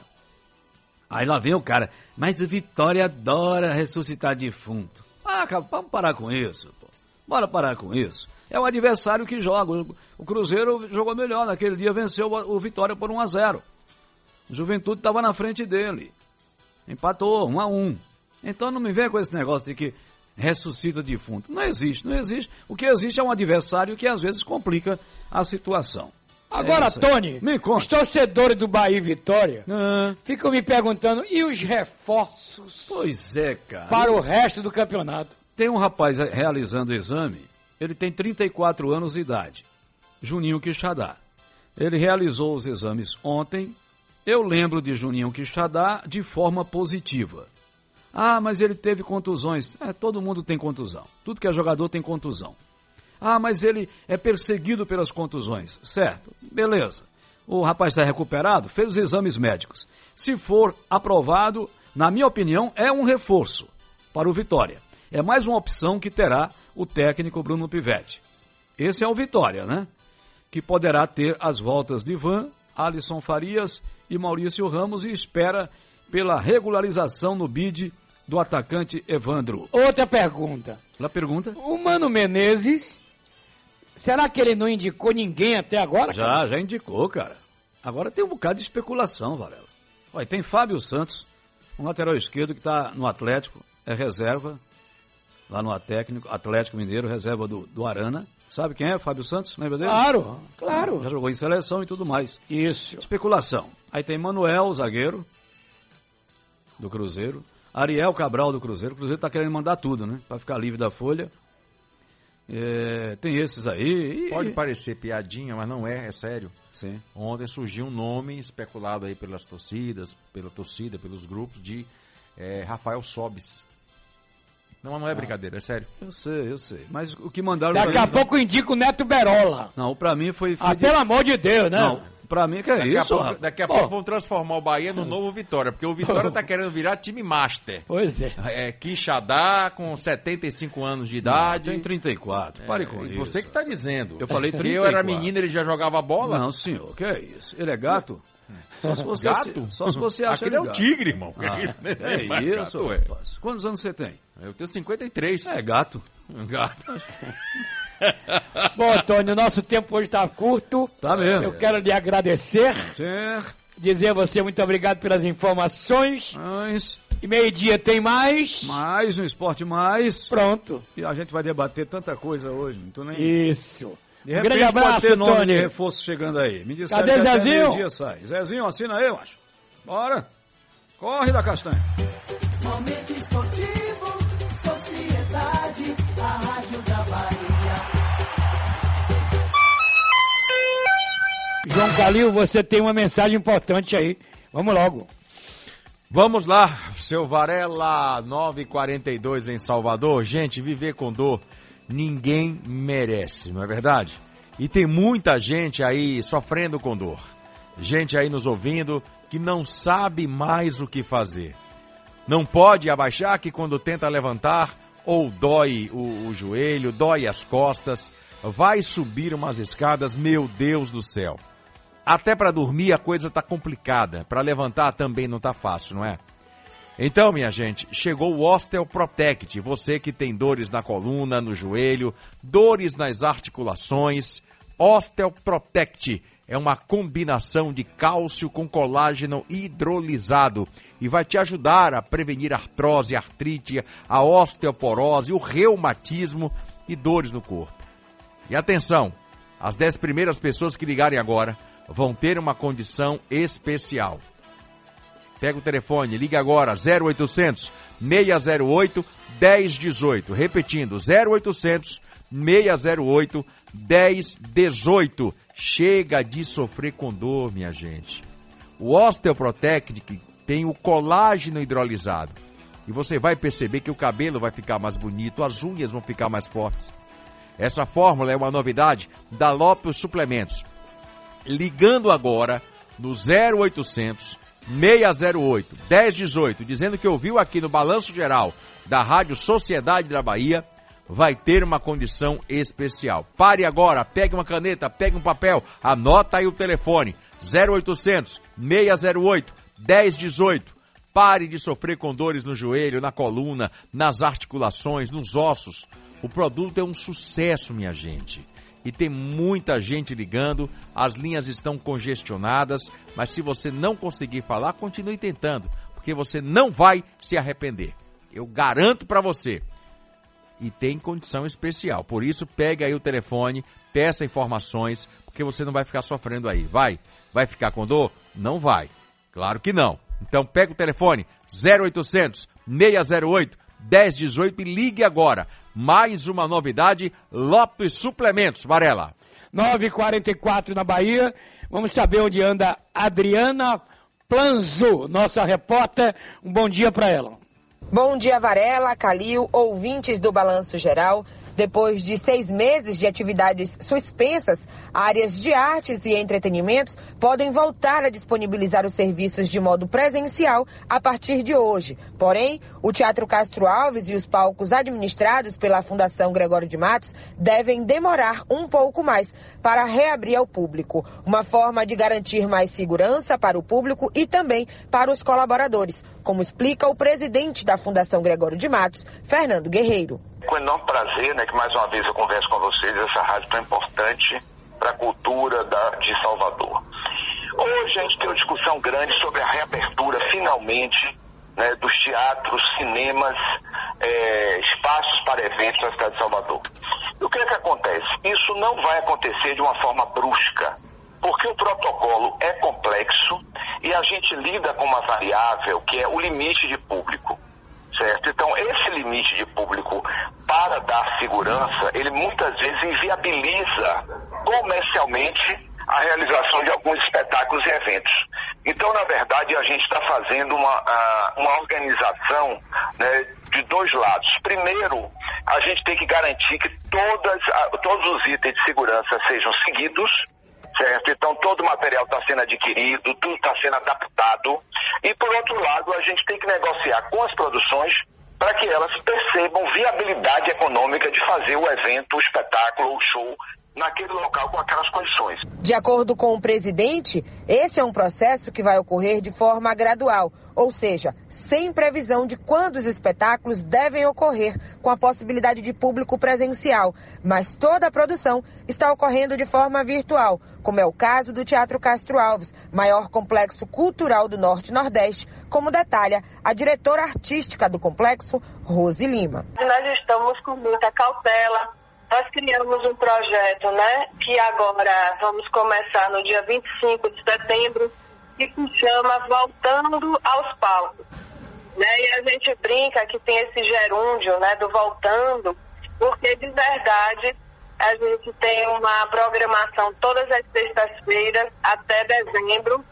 Aí lá vem o cara, mas o Vitória adora ressuscitar defunto. Ah, cara, vamos parar com isso, pô. Bora parar com isso. É o adversário que joga. O Cruzeiro jogou melhor naquele dia, venceu o Vitória por um a zero. O Juventude estava na frente dele. Empatou, um a um. Então não me venha com esse negócio de que ressuscita defunto. Não existe, não existe. O que existe é um adversário que às vezes complica a situação. Agora, É isso aí. Tony, Me conta. os torcedores do Bahia e Vitória Ah, ficam me perguntando, e os reforços pois é, cara. para o resto do campeonato? Tem um rapaz realizando o exame, ele tem trinta e quatro anos de idade, Juninho Quixadá. Ele realizou os exames ontem. Eu lembro de Juninho Quixadá de forma positiva. Ah, mas ele teve contusões. É, todo mundo tem contusão. Tudo que é jogador tem contusão. Ah, mas ele é perseguido pelas contusões. Certo, beleza. O rapaz está recuperado, fez os exames médicos. Se for aprovado, na minha opinião, é um reforço para o Vitória. É mais uma opção que terá o técnico Bruno Pivetti. Esse é o Vitória, né? Que poderá ter as voltas de Ivan, Alisson Farias e Maurício Ramos e espera pela regularização no bid do atacante Evandro. Outra pergunta. Ela pergunta? O Mano Menezes, será que ele não indicou ninguém até agora? Já, já indicou, cara. Agora tem um bocado de especulação, Varela. Olha, tem Fábio Santos, um lateral esquerdo que está no Atlético, é reserva, lá no Atlético, Atlético Mineiro, reserva do, do Arana. Sabe quem é Fábio Santos? Lembra dele? Claro, claro. Já jogou em seleção e tudo mais. Isso. Especulação. Aí tem Manuel, zagueiro, do Cruzeiro. Ariel Cabral, do Cruzeiro. O Cruzeiro tá querendo mandar tudo, né? Pra ficar livre da folha. É, tem esses aí. E... Pode parecer piadinha, mas não é, é sério. Sim. Ontem surgiu um nome especulado aí pelas torcidas, pela torcida, pelos grupos de é, Rafael Sobis. Não, não é brincadeira, é sério. Eu sei, eu sei. Mas o que mandaram... Daqui a pouco indica o Neto Berola. Não, pra mim foi... foi ah, de... pelo amor de Deus, né? Não, pra mim que é daqui isso. A pouco, daqui a pouco vão transformar o Bahia no novo Vitória, porque o Vitória tá querendo virar time master. Pois é. É, Quixadá, com setenta e cinco anos de idade. Não, tem trinta e quatro, pare com é, isso. Você que tá dizendo. Eu falei trinta e quatro. Eu era menino, ele já jogava bola? Não, senhor, que é isso? Ele é gato? Só se você, gato? Só se você acha Aquele é um tigre, irmão. Ah, é, é isso, gato, é. Quantos anos você tem? Eu tenho cinquenta e três. É, gato. Gato. Bom, Antônio, nosso tempo hoje está curto. Tá mesmo. Eu quero lhe agradecer. Certo. Dizer a você muito obrigado pelas informações. Mas... E meio-dia tem mais. Mais no Esporte Mais. Pronto. E a gente vai debater tanta coisa hoje. Não tô nem... Isso. De repente, grande abraço, pode ter nome Tony. de reforço chegando aí. Me disseram Cadê que até Zezinho? meio-dia sai. Zezinho, assina aí, eu acho. Bora. Corre da castanha. Momento esportivo, Sociedade, a Rádio da Bahia. João Calil, você tem uma mensagem importante aí. Vamos logo. Vamos lá, seu Varela, nove e quarenta e dois em Salvador. Gente, viver com dor ninguém merece, não é verdade? E tem muita gente aí sofrendo com dor. Gente aí nos ouvindo que não sabe mais o que fazer. Não pode abaixar que quando tenta levantar, ou dói o, o joelho, dói as costas, vai subir umas escadas, meu Deus do céu. Até para dormir a coisa tá complicada, para levantar também não tá fácil, não é? Então, minha gente, chegou o Osteoprotect, você que tem dores na coluna, no joelho, dores nas articulações. Osteoprotect é uma combinação de cálcio com colágeno hidrolisado e vai te ajudar a prevenir artrose, artrite, a osteoporose, o reumatismo e dores no corpo. E atenção, as dez primeiras pessoas que ligarem agora vão ter uma condição especial. Pega o telefone, liga agora, zero oitocentos, seis zero oito, um zero um oito. Repetindo, zero oitocentos, seis zero oito, um zero um oito. Chega de sofrer com dor, minha gente. O Osteoprotect tem o colágeno hidrolisado. E você vai perceber que o cabelo vai ficar mais bonito, as unhas vão ficar mais fortes. Essa fórmula é uma novidade da Lopes Suplementos. Ligando agora no zero oitocentos, seis zero oito, um zero um oito, dizendo que ouviu aqui no Balanço Geral da Rádio Sociedade da Bahia, vai ter uma condição especial. Pare agora, pegue uma caneta, pegue um papel, anota aí o telefone, zero oitocentos, seis zero oito, um zero um oito. Pare de sofrer com dores no joelho, na coluna, nas articulações, nos ossos. O produto é um sucesso, minha gente. E tem muita gente ligando, as linhas estão congestionadas, mas se você não conseguir falar, continue tentando, porque você não vai se arrepender. Eu garanto para você. E tem condição especial, por isso pegue aí o telefone, peça informações, porque você não vai ficar sofrendo aí. Vai? Vai ficar com dor? Não vai. Claro que não. Então pega o telefone, zero oitocentos, seis zero oito, um zero um oito e ligue agora. Mais uma novidade, Lopes Suplementos, Varela. nove e quarenta e quatro na Bahia. Vamos saber onde anda Adriana Planzo, nossa repórter. Um bom dia para ela. Bom dia, Varela, Calil, ouvintes do Balanço Geral. Depois de seis meses de atividades suspensas, áreas de artes e entretenimentos podem voltar a disponibilizar os serviços de modo presencial a partir de hoje. Porém, o Teatro Castro Alves e os palcos administrados pela Fundação Gregório de Matos devem demorar um pouco mais para reabrir ao público. Uma forma de garantir mais segurança para o público e também para os colaboradores, como explica o presidente da Fundação Gregório de Matos, Fernando Guerreiro. Com enorme prazer, né, que mais uma vez eu converso com vocês, essa rádio tão importante para a cultura da, de Salvador. Hoje a gente tem uma discussão grande sobre a reabertura, finalmente, né, dos teatros, cinemas, é, espaços para eventos na cidade de Salvador. E o que é que acontece? Isso não vai acontecer de uma forma brusca, porque o protocolo é complexo e a gente lida com uma variável que é o limite de público. certo? Então, esse limite de público para dar segurança, ele muitas vezes inviabiliza comercialmente a realização de alguns espetáculos e eventos. Então, na verdade, a gente está fazendo uma, uma organização, né, de dois lados. Primeiro, a gente tem que garantir que todas, todos os itens de segurança sejam seguidos, certo? Então, todo o material está sendo adquirido, tudo está sendo adaptado. E, por outro lado, a gente tem que negociar com as produções para que elas percebam viabilidade econômica de fazer o evento, o espetáculo, o show naquele local com aquelas condições. De acordo com o presidente, esse é um processo que vai ocorrer de forma gradual, ou seja, sem previsão de quando os espetáculos devem ocorrer, com a possibilidade de público presencial. Mas toda a produção está ocorrendo de forma virtual, como é o caso do Teatro Castro Alves, maior complexo cultural do Norte e Nordeste, como detalha a diretora artística do complexo, Rose Lima. Nós estamos com muita cautela. Nós criamos um projeto, né, que agora vamos começar no dia vinte e cinco de setembro, que se chama Voltando aos Palcos. Né? E a gente brinca que tem esse gerúndio, né, do voltando, porque de verdade a gente tem uma programação todas as sextas-feiras até dezembro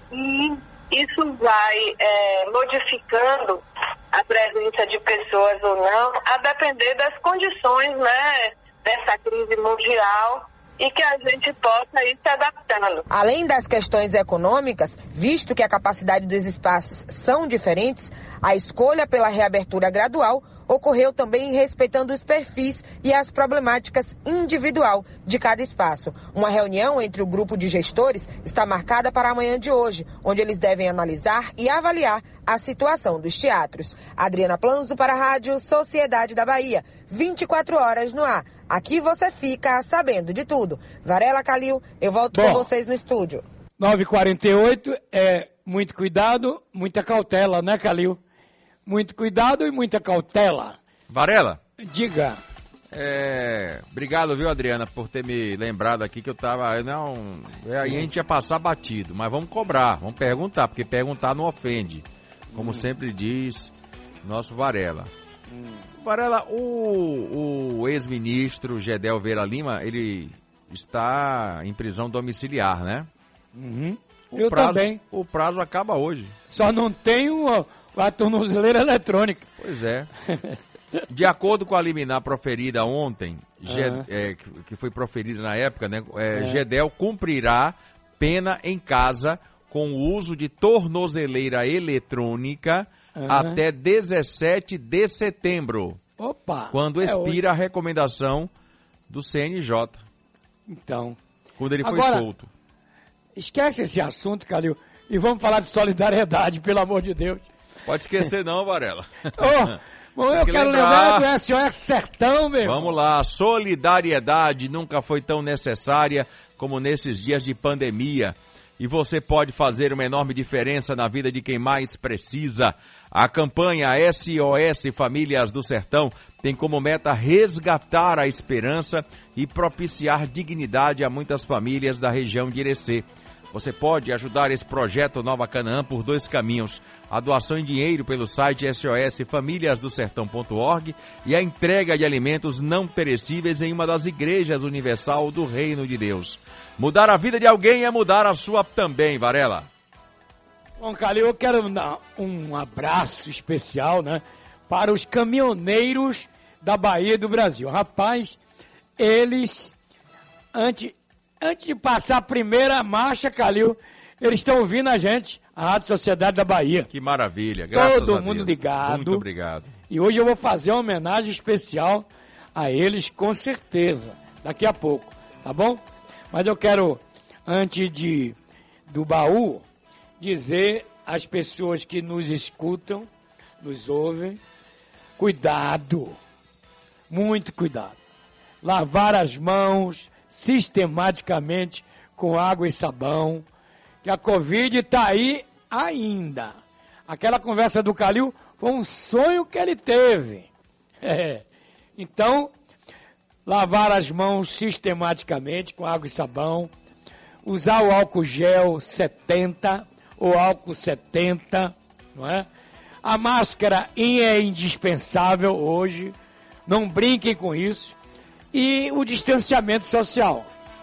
e isso vai é, modificando a presença de pessoas ou não, a depender das condições, né, dessa crise mundial e que a gente possa ir se adaptando. Além das questões econômicas, visto que a capacidade dos espaços são diferentes, a escolha pela reabertura gradual ocorreu também respeitando os perfis e as problemáticas individual de cada espaço. Uma reunião entre o grupo de gestores está marcada para amanhã de hoje, onde eles devem analisar e avaliar a situação dos teatros. Adriana Planzo para a Rádio Sociedade da Bahia, vinte e quatro horas no ar. Aqui você fica sabendo de tudo. Varela, Calil, eu volto Bom, com vocês no estúdio. nove e quarenta e oito, é muito cuidado, muita cautela, né, Calil? Muito cuidado e muita cautela. Varela. Diga. É, obrigado, viu, Adriana, por ter me lembrado aqui que eu tava... Não, aí a gente ia passar batido, mas vamos cobrar, vamos perguntar, porque perguntar não ofende, como hum. sempre diz nosso Varela. Hum. Varela, o, o ex-ministro Gedel Vieira Lima, ele está em prisão domiciliar, né? Uhum. O Eu prazo, também. O prazo acaba hoje. Só não tem uma, a tornozeleira eletrônica. Pois é. De acordo com a liminar proferida ontem, uhum. é, que, que foi proferida na época, né? É, é. Gedel cumprirá pena em casa com o uso de tornozeleira eletrônica uhum. até dezessete de setembro. Opa! Quando expira é a recomendação do C N J. Então. Quando ele foi Agora, solto. Esquece esse assunto, Calil, e vamos falar de solidariedade, pelo amor de Deus. Pode esquecer não, Varela. Oh, bom, eu que quero lembrar... lembrar do S O S Sertão, meu. Vamos lá, solidariedade nunca foi tão necessária como nesses dias de pandemia. E você pode fazer uma enorme diferença na vida de quem mais precisa. A campanha S O S Famílias do Sertão tem como meta resgatar a esperança e propiciar dignidade a muitas famílias da região de Irecê. Você pode ajudar esse projeto Nova Canaã por dois caminhos. A doação em dinheiro pelo site S O S famílias do sertão ponto org e a entrega de alimentos não perecíveis em uma das igrejas universal do Reino de Deus. Mudar a vida de alguém é mudar a sua também, Varela. Bom, Calil, eu quero dar um abraço especial, né, para os caminhoneiros da Bahia e do Brasil. Rapaz, eles, antes, antes de passar a primeira marcha, Calil, eles estão ouvindo a gente, a Rádio Sociedade da Bahia. Que maravilha, graças Todo a mundo Deus. ligado. Muito obrigado. E hoje eu vou fazer uma homenagem especial a eles, com certeza, daqui a pouco, tá bom? Mas eu quero, antes de, do baú, dizer às pessoas que nos escutam, nos ouvem, cuidado, muito cuidado. Lavar as mãos sistematicamente com água e sabão, que a Covid está aí ainda. Aquela conversa do Calil foi um sonho que ele teve. É. Então, lavar as mãos sistematicamente com água e sabão, usar o álcool gel setenta ou álcool setenta, não é? A máscara é indispensável hoje, não brinquem com isso. E o distanciamento social.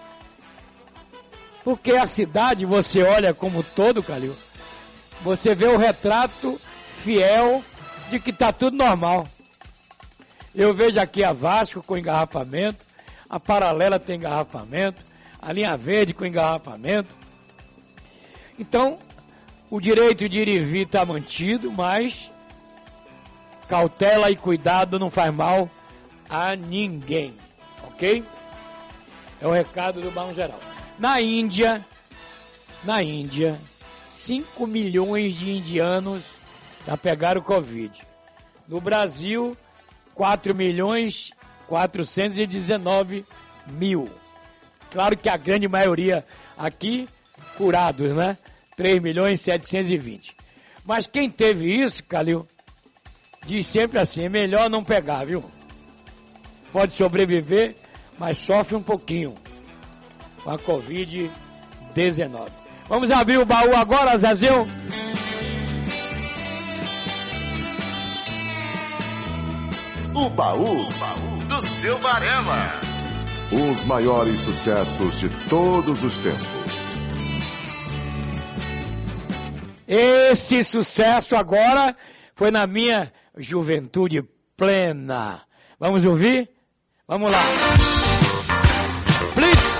Porque a cidade, você olha como todo, Calil, você vê o retrato fiel de que está tudo normal. Eu vejo aqui a Vasco com engarrafamento, a Paralela tem engarrafamento, a Linha Verde com engarrafamento. Então, o direito de ir e vir está mantido, mas cautela e cuidado não faz mal a ninguém, ok? É o recado do Balão Geral. Na Índia, na Índia, cinco milhões de indianos já pegaram Covid. No Brasil, quatro milhões quatrocentos e dezenove mil. Claro que a grande maioria aqui, curados, né? três milhões setecentos e vinte. Mas quem teve isso, Calil, diz sempre assim, é melhor não pegar, viu? Pode sobreviver, mas sofre um pouquinho com a covid dezenove. Vamos abrir o baú agora, Zezinho? O baú, o baú do seu Varela. Os maiores sucessos de todos os tempos. Esse sucesso agora foi na minha juventude plena. Vamos ouvir? Vamos lá. Blitz!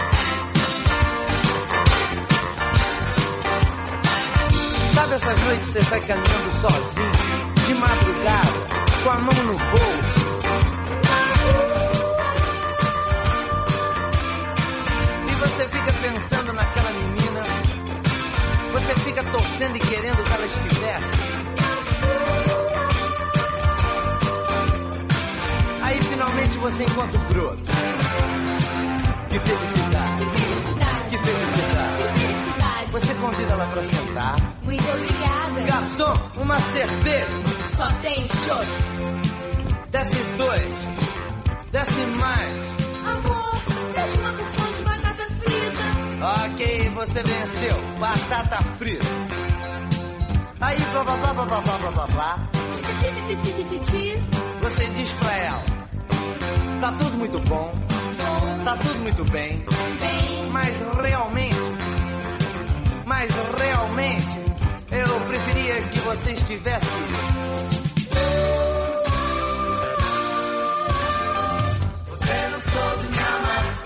Sabe essas noites você vai caminhando sozinho, de madrugada, com a mão no bolso? E você fica pensando naquela menina, você fica torcendo e querendo que ela estivesse. Aí finalmente você encontra o broto. Que felicidade, que felicidade, que felicidade. Que felicidade. Você convida ela pra sentar. Muito obrigada. Garçom, uma cerveja. Só tem chopp. Desce dois, desce mais. Amor, deixa uma porção de batata frita. Ok, você venceu. Batata frita. Aí blá blá blá blá blá blá blá blá blá. Você diz pra ela: tá tudo muito bom, tá tudo muito bem, mas realmente, mas realmente, eu preferia que você estivesse. Você não soube me amar,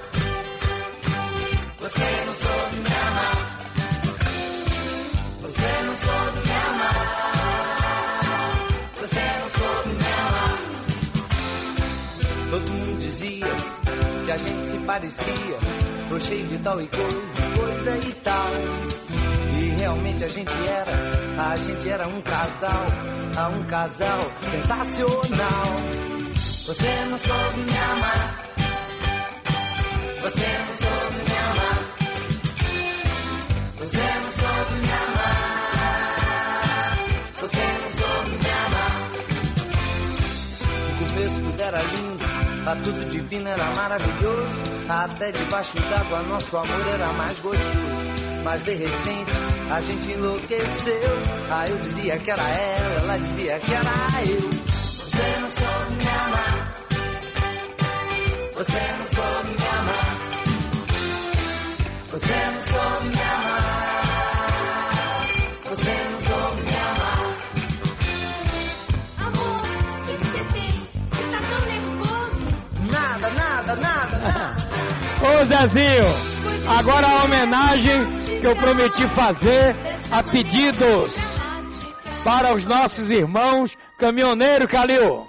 você não soube me amar, você não soube me amar. Todo mundo dizia que a gente se parecia, tô cheio de tal e coisa, coisa e tal. E realmente a gente era, a gente era um casal, a um casal sensacional. Você não soube me amar, você não soube me amar, você não soube me amar, você não soube me amar. No começo tudo era lindo, tá tudo divino, era maravilhoso. Até debaixo d'água nosso amor era mais gostoso. Mas de repente a gente enlouqueceu. Aí eu dizia que era ela, ela dizia que era eu. Você não soube me amar, você não soube me amar, você não soube me amar, você não soube me amar. Amor, o que você tem? Você tá tão nervoso. Nada, nada, nada, nada. Ô Zezinho, agora a homenagem que eu prometi fazer a pedidos para os nossos irmãos caminhoneiros, Calil.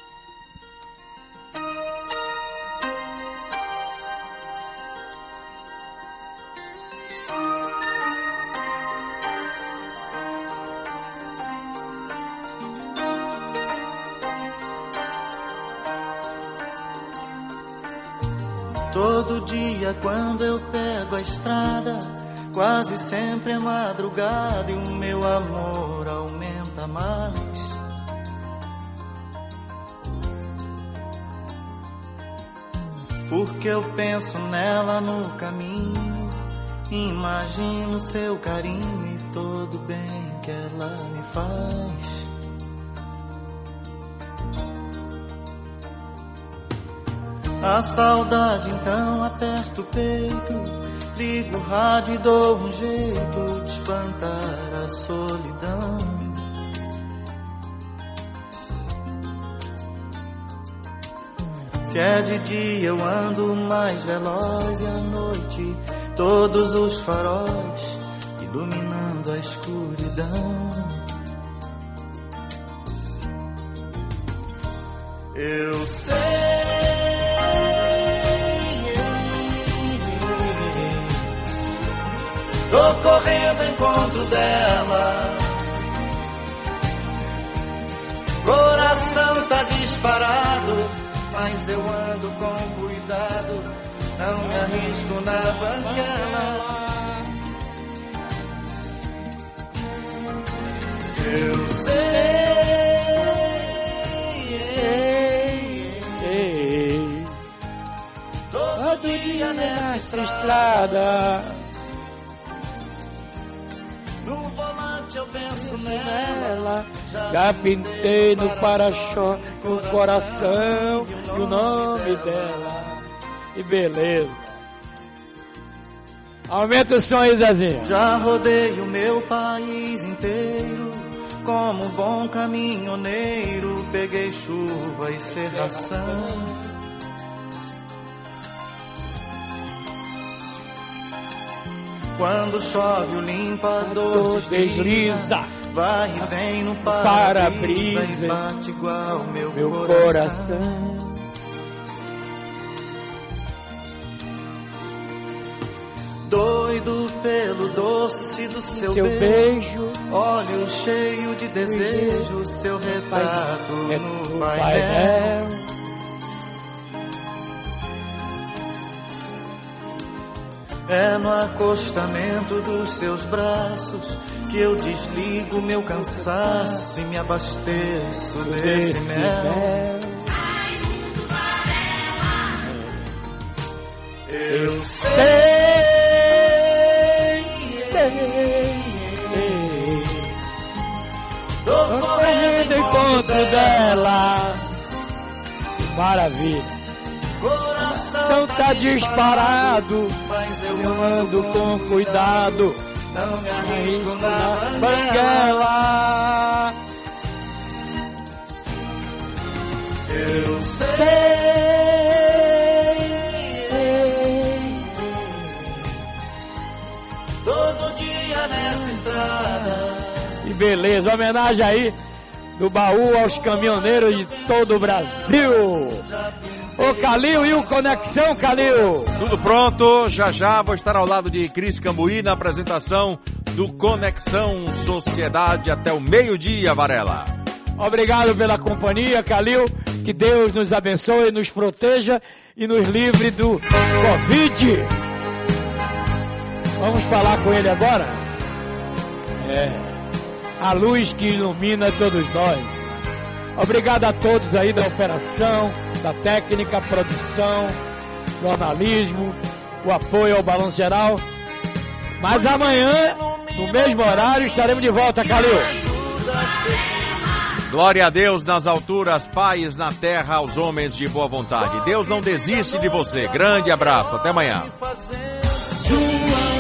Todo dia quando eu pego a estrada, quase sempre é madrugada e o meu amor aumenta mais. Porque eu penso nela no caminho, imagino seu carinho e todo bem que ela me faz. A saudade então aperta o peito, ligo o rádio e dou um jeito de espantar a solidão. Se é de dia eu ando mais veloz e à noite todos os faróis iluminando a escuridão. Eu sei, tô correndo ao encontro dela, coração tá disparado, mas eu ando com cuidado, não me arrisco na banguela. Eu sei, todo dia nessa estrada, no volante eu penso nela, já pintei no para-choque o coração e o nome dela. E beleza. Aumenta o som aí, Zezinho. Já rodei o meu país inteiro, como um bom caminhoneiro, peguei chuva e cerração. Quando chove o limpador desliza, vai e vem no para-brisa e bate igual meu, meu coração. coração. Doido pelo doce do seu, seu beijo, beijo, olho cheio de desejo, seu retrato é no painel. painel. É no acostamento dos seus braços que eu desligo meu cansaço e me abasteço desse, desse mel. mel. Eu sei, sei, tô correndo em encontro dela. Maravilha. Coração tá disparado, mas eu, eu ando com cuidado, não me arrisco na banguela. Eu sei, todo dia nessa estrada. E beleza, homenagem aí do baú aos caminhoneiros de todo o Brasil. Ô Calil, e o Conexão, Calil? Tudo pronto, já já vou estar ao lado de Cris Cambuí na apresentação do Conexão Sociedade até o meio-dia, Varela. Obrigado pela companhia, Calil, que Deus nos abençoe, nos proteja e nos livre do Covid. Vamos falar com ele agora? É, a luz que ilumina todos nós. Obrigado a todos aí da operação, da técnica, produção, jornalismo, o apoio ao Balanço Geral. Mas amanhã, no mesmo horário, estaremos de volta, Calil. Glória a Deus nas alturas, paz na terra aos homens de boa vontade. Deus não desiste de você. Grande abraço, até amanhã.